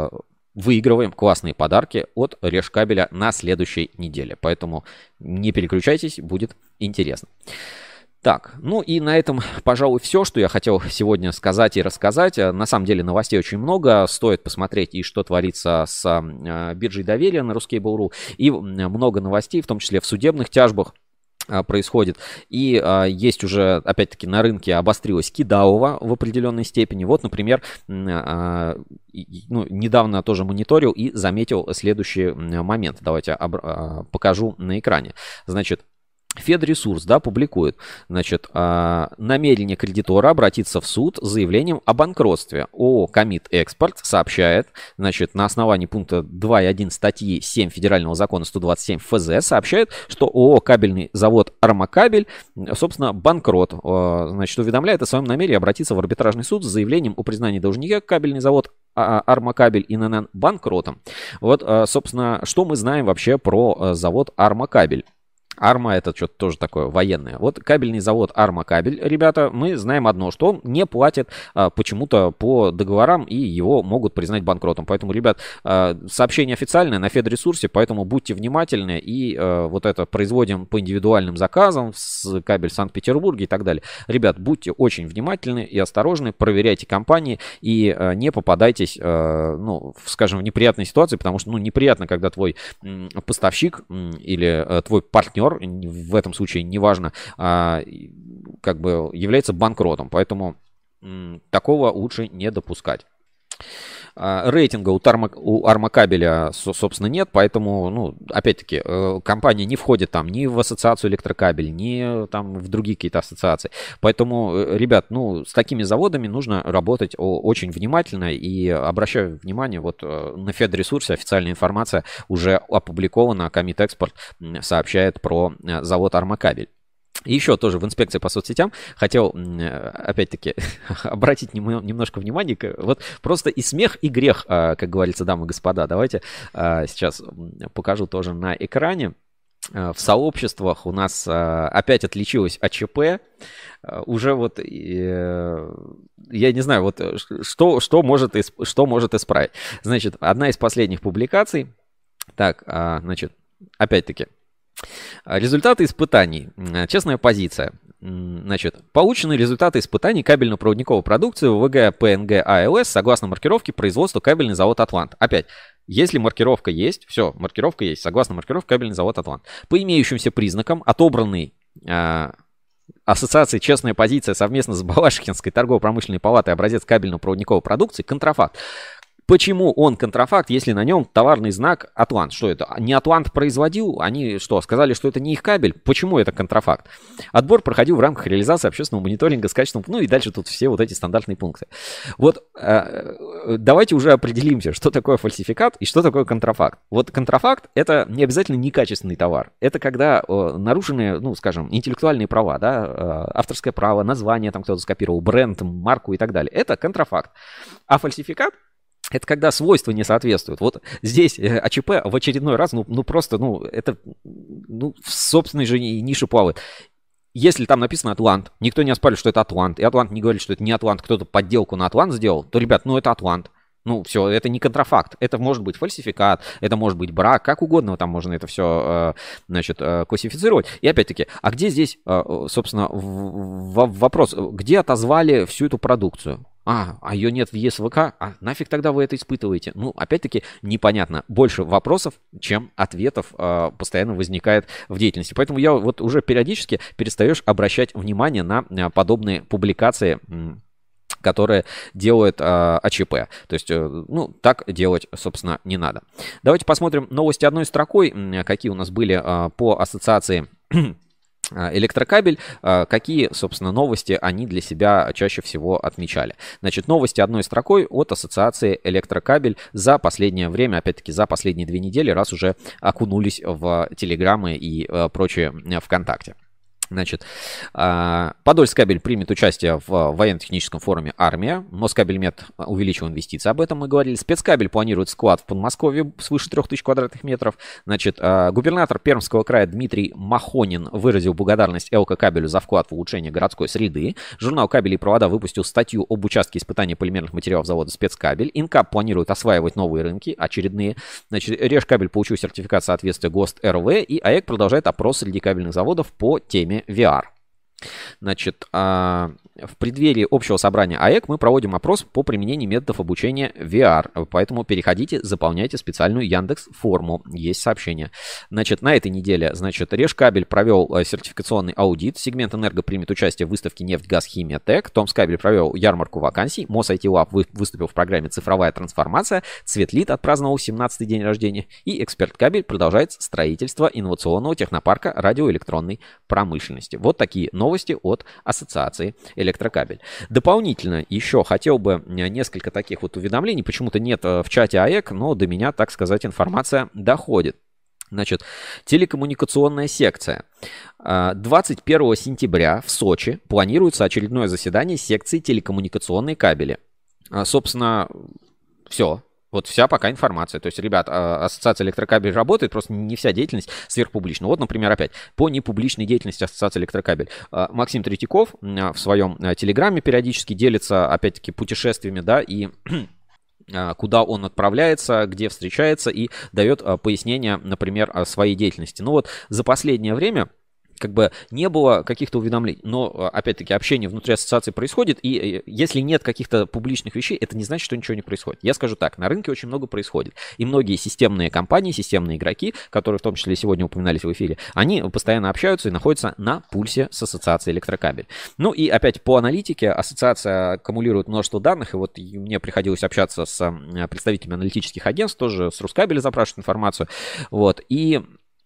S1: выигрываем классные подарки от Решкабеля на следующей неделе. Поэтому не переключайтесь, будет интересно. Так, ну и на этом, пожалуй, все, что я хотел сегодня сказать и рассказать. На самом деле новостей очень много. Стоит посмотреть, и что творится с э, биржей доверия на Ruskable.ru. И много новостей, в том числе в судебных тяжбах э, происходит. И э, есть уже, опять-таки, на рынке обострилась кидалово в определенной степени. Вот, например, э, э, ну, недавно тоже мониторил и заметил следующий момент. Давайте об, э, покажу на экране. Значит, Федресурс, да, публикует, значит, э, намерение кредитора обратиться в суд с заявлением о банкротстве. ООО «Комит Экспорт» сообщает, значит, на основании пункта два и один статьи семь Федерального закона сто двадцать семь эф зэ сообщает, что ООО «Кабельный завод Армакабель», собственно, банкрот. Э, значит, уведомляет о своем намерении обратиться в арбитражный суд с заявлением о признании должника «Кабельный завод Армакабель ИНН» банкротом. Вот, э, собственно, что мы знаем вообще про э, завод Армакабель. Арма — это что-то тоже такое военное. Вот кабельный завод Армакабель, ребята, мы знаем одно, что он не платит а, почему-то по договорам, и его могут признать банкротом. Поэтому, ребят, а, сообщение официальное на Федресурсе, поэтому будьте внимательны. И а, вот это производим по индивидуальным заказам с кабель в Санкт-Петербурге и так далее. Ребят, будьте очень внимательны и осторожны, проверяйте компании и а, не попадайтесь, а, ну, в, скажем, в неприятные ситуации, потому что, ну, неприятно, когда твой м, поставщик м, или а, твой партнер, в этом случае неважно, а, как бы является банкротом, поэтому м, такого лучше не допускать. А, рейтинга у, Тарма, у Армакабеля, собственно, нет, поэтому, ну, опять-таки, компания не входит там ни в ассоциацию электрокабель, ни там в другие какие-то ассоциации. Поэтому, ребят, ну, с такими заводами нужно работать очень внимательно, и обращаю внимание, вот на Федресурсе официальная информация уже опубликована, Комит Экспорт сообщает про завод Армакабель. И еще тоже в инспекции по соцсетям хотел, опять-таки, обратить немножко внимание, вот просто и смех, и грех, как говорится, дамы и господа. Давайте сейчас покажу тоже на экране. В сообществах у нас опять отличилось АЧП. Уже вот, я не знаю, вот что, что, может, что может исправить. Значит, одна из последних публикаций. Так, значит, опять-таки. Результаты испытаний. Честная позиция. Значит, получены результаты испытаний кабельно-проводниковой продукции ВВГ ПНГ АЛС согласно маркировке производства кабельный завод «Атлант». Опять, если маркировка есть, все, маркировка есть, согласно маркировке кабельный завод «Атлант». По имеющимся признакам отобранный а, Ассоциацией «Честная позиция» совместно с Балашихинской торгово-промышленной палатой образец кабельно-проводниковой продукции контрафакт. Почему он контрафакт, если на нем товарный знак «Атлант»? Что это? Не «Атлант» производил? Они что, сказали, что это не их кабель? Почему это контрафакт? Отбор проходил в рамках реализации общественного мониторинга с качеством... Ну и дальше тут все вот эти стандартные пункты. Вот э, давайте уже определимся, что такое фальсификат и что такое контрафакт. Вот контрафакт — это не обязательно некачественный товар. Это когда э, нарушены, ну, скажем, интеллектуальные права, да, э, авторское право, название там кто-то скопировал, бренд, марку и так далее. Это контрафакт. А фальсификат — это когда свойства не соответствуют. Вот здесь АЧП в очередной раз, ну, ну просто, ну, это, ну, в собственной же нише плавает. Если там написано «Атлант», никто не оспаривает, что это «Атлант», и «Атлант» не говорит, что это не «Атлант», кто-то подделку на «Атлант» сделал, то, ребят, ну, это «Атлант». Ну, все, это не контрафакт, это может быть фальсификат, это может быть брак, как угодно там можно это все, значит, классифицировать. И опять-таки, а где здесь, собственно, вопрос, где отозвали всю эту продукцию? А, а ее нет в ЕСВК? А нафиг тогда вы это испытываете? Ну, опять-таки, непонятно. Больше вопросов, чем ответов э, постоянно возникает в деятельности. Поэтому я вот уже периодически перестаешь обращать внимание на э, подобные публикации, э, которые делает э, АЧП. То есть, э, ну, так делать, собственно, не надо. Давайте посмотрим новости одной строкой, э, какие у нас были э, по ассоциации Электрокабель, какие, собственно, новости они для себя чаще всего отмечали. Значит, новости одной строкой от ассоциации Электрокабель за последнее время, опять-таки за последние две недели, раз уже окунулись в телеграммы и прочее ВКонтакте. Значит, Подольскабель примет участие в военно-техническом форуме «Армия». Москабельмет увеличил инвестиции, об этом мы говорили. Спецкабель планирует склад в Подмосковье свыше трех тысяч квадратных метров. Значит, губернатор Пермского края Дмитрий Махонин выразил благодарность ЛК-кабелю за вклад в улучшение городской среды. Журнал «Кабели и провода» выпустил статью об участке испытания полимерных материалов завода «Спецкабель». Инкап планирует осваивать новые рынки, очередные. Значит, Решкабель получил сертификат соответствия ГОСТ РВ, и АЭК продолжает опрос среди кабельных заводов по теме ви ар. Значит, в преддверии общего собрания АЭК мы проводим опрос по применению методов обучения ви ар. Поэтому переходите, заполняйте специальную Яндекс.Форму. Есть сообщение. Значит, на этой неделе, значит, Решкабель провел сертификационный аудит. Сегмент «Энерго» примет участие в выставке «Нефть, газ, химия, ТЭК». Томскабель провел ярмарку вакансий. Мосайтилаб выступил в программе «Цифровая трансформация». Цветлит отпраздновал семнадцатый день рождения. И Эксперткабель продолжает строительство инновационного технопарка радиоэлектронной промышленности. Вот такие новости. Новости от Ассоциации Электрокабель. Дополнительно еще хотел бы несколько таких вот уведомлений. Почему-то нет в чате АЭК, но до меня, так сказать, информация доходит. Значит, телекоммуникационная секция. двадцать первого сентября в Сочи планируется очередное заседание секции телекоммуникационные кабели. Собственно, все. Вот вся пока информация. То есть, ребят, Ассоциация Электрокабель работает, просто не вся деятельность сверхпублична. Вот, например, опять, по непубличной деятельности Ассоциации Электрокабель. Максим Третьяков в своем телеграме периодически делится, опять-таки, путешествиями, да, и куда он отправляется, где встречается, и дает пояснения, например, о своей деятельности. Ну вот, за последнее время как бы не было каких-то уведомлений, но, опять-таки, общение внутри ассоциации происходит, и если нет каких-то публичных вещей, это не значит, что ничего не происходит. Я скажу так, на рынке очень много происходит, и многие системные компании, системные игроки, которые в том числе сегодня упоминались в эфире, они постоянно общаются и находятся на пульсе с ассоциацией Электрокабель. Ну и опять по аналитике, ассоциация аккумулирует множество данных, и вот мне приходилось общаться с представителями аналитических агентств, тоже с Рускабеля запрашивать информацию, вот, и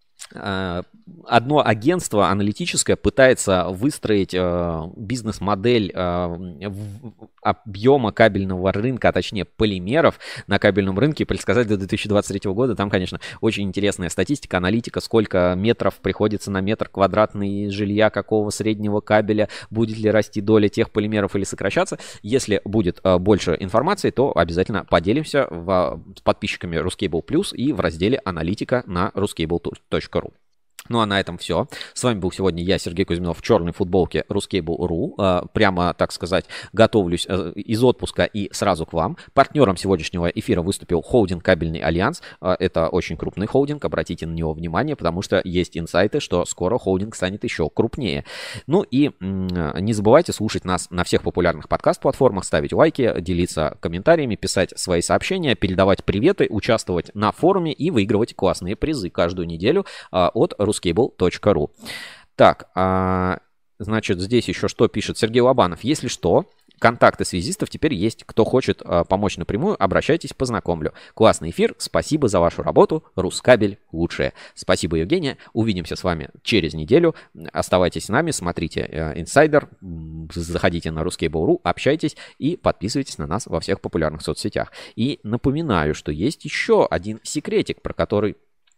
S1: одно агентство аналитическое пытается выстроить э, бизнес-модель э, объема кабельного рынка, а точнее полимеров на кабельном рынке, предсказать до две тысячи двадцать третьего года. Там, конечно, очень интересная статистика, аналитика, сколько метров приходится на метр квадратный жилья, какого среднего кабеля, будет ли расти доля тех полимеров или сокращаться. Если будет э, больше информации, то обязательно поделимся в, с подписчиками Ruscable Plus и в разделе «Аналитика» на ruskable точка ру. Ну а на этом все. С вами был сегодня я, Сергей Кузьминов, в черной футболке Ruscable точка ру. Прямо, так сказать, готовлюсь из отпуска и сразу к вам. Партнером сегодняшнего эфира выступил холдинг «Кабельный альянс». Это очень крупный холдинг, обратите на него внимание, потому что есть инсайты, что скоро холдинг станет еще крупнее. Ну и не забывайте слушать нас на всех популярных подкаст-платформах, ставить лайки, делиться комментариями, писать свои сообщения, передавать приветы, участвовать на форуме и выигрывать классные призы каждую неделю от Ruscable точка ру. Так, а, значит, здесь еще что пишет Сергей Лобанов. Если что, контакты связистов теперь есть. Кто хочет а, помочь напрямую, обращайтесь, познакомлю. Классный эфир, спасибо за вашу работу. Рускабель лучшее. Спасибо, Евгения. Увидимся с вами через неделю. Оставайтесь с нами, смотрите э, Insider, заходите на Ruscable точка ру, общайтесь и подписывайтесь на нас во всех популярных соцсетях. И напоминаю, что есть еще один секретик, про который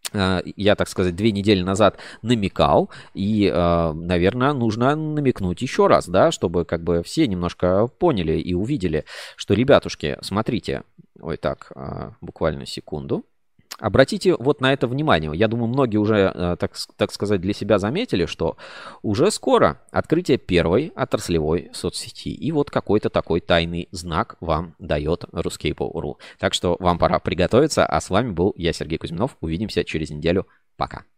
S1: я, так сказать, две недели назад намекал, и, наверное, нужно намекнуть еще раз, да, чтобы как бы все немножко поняли и увидели, что, ребятушки, смотрите, ой, так, буквально секунду. Обратите вот на это внимание. Я думаю, многие уже, так, так сказать, для себя заметили, что уже скоро открытие первой отраслевой соцсети. И вот какой-то такой тайный знак вам дает Ruscable точка ру. Так что вам пора приготовиться. А с вами был я, Сергей Кузьминов. Увидимся через неделю. Пока.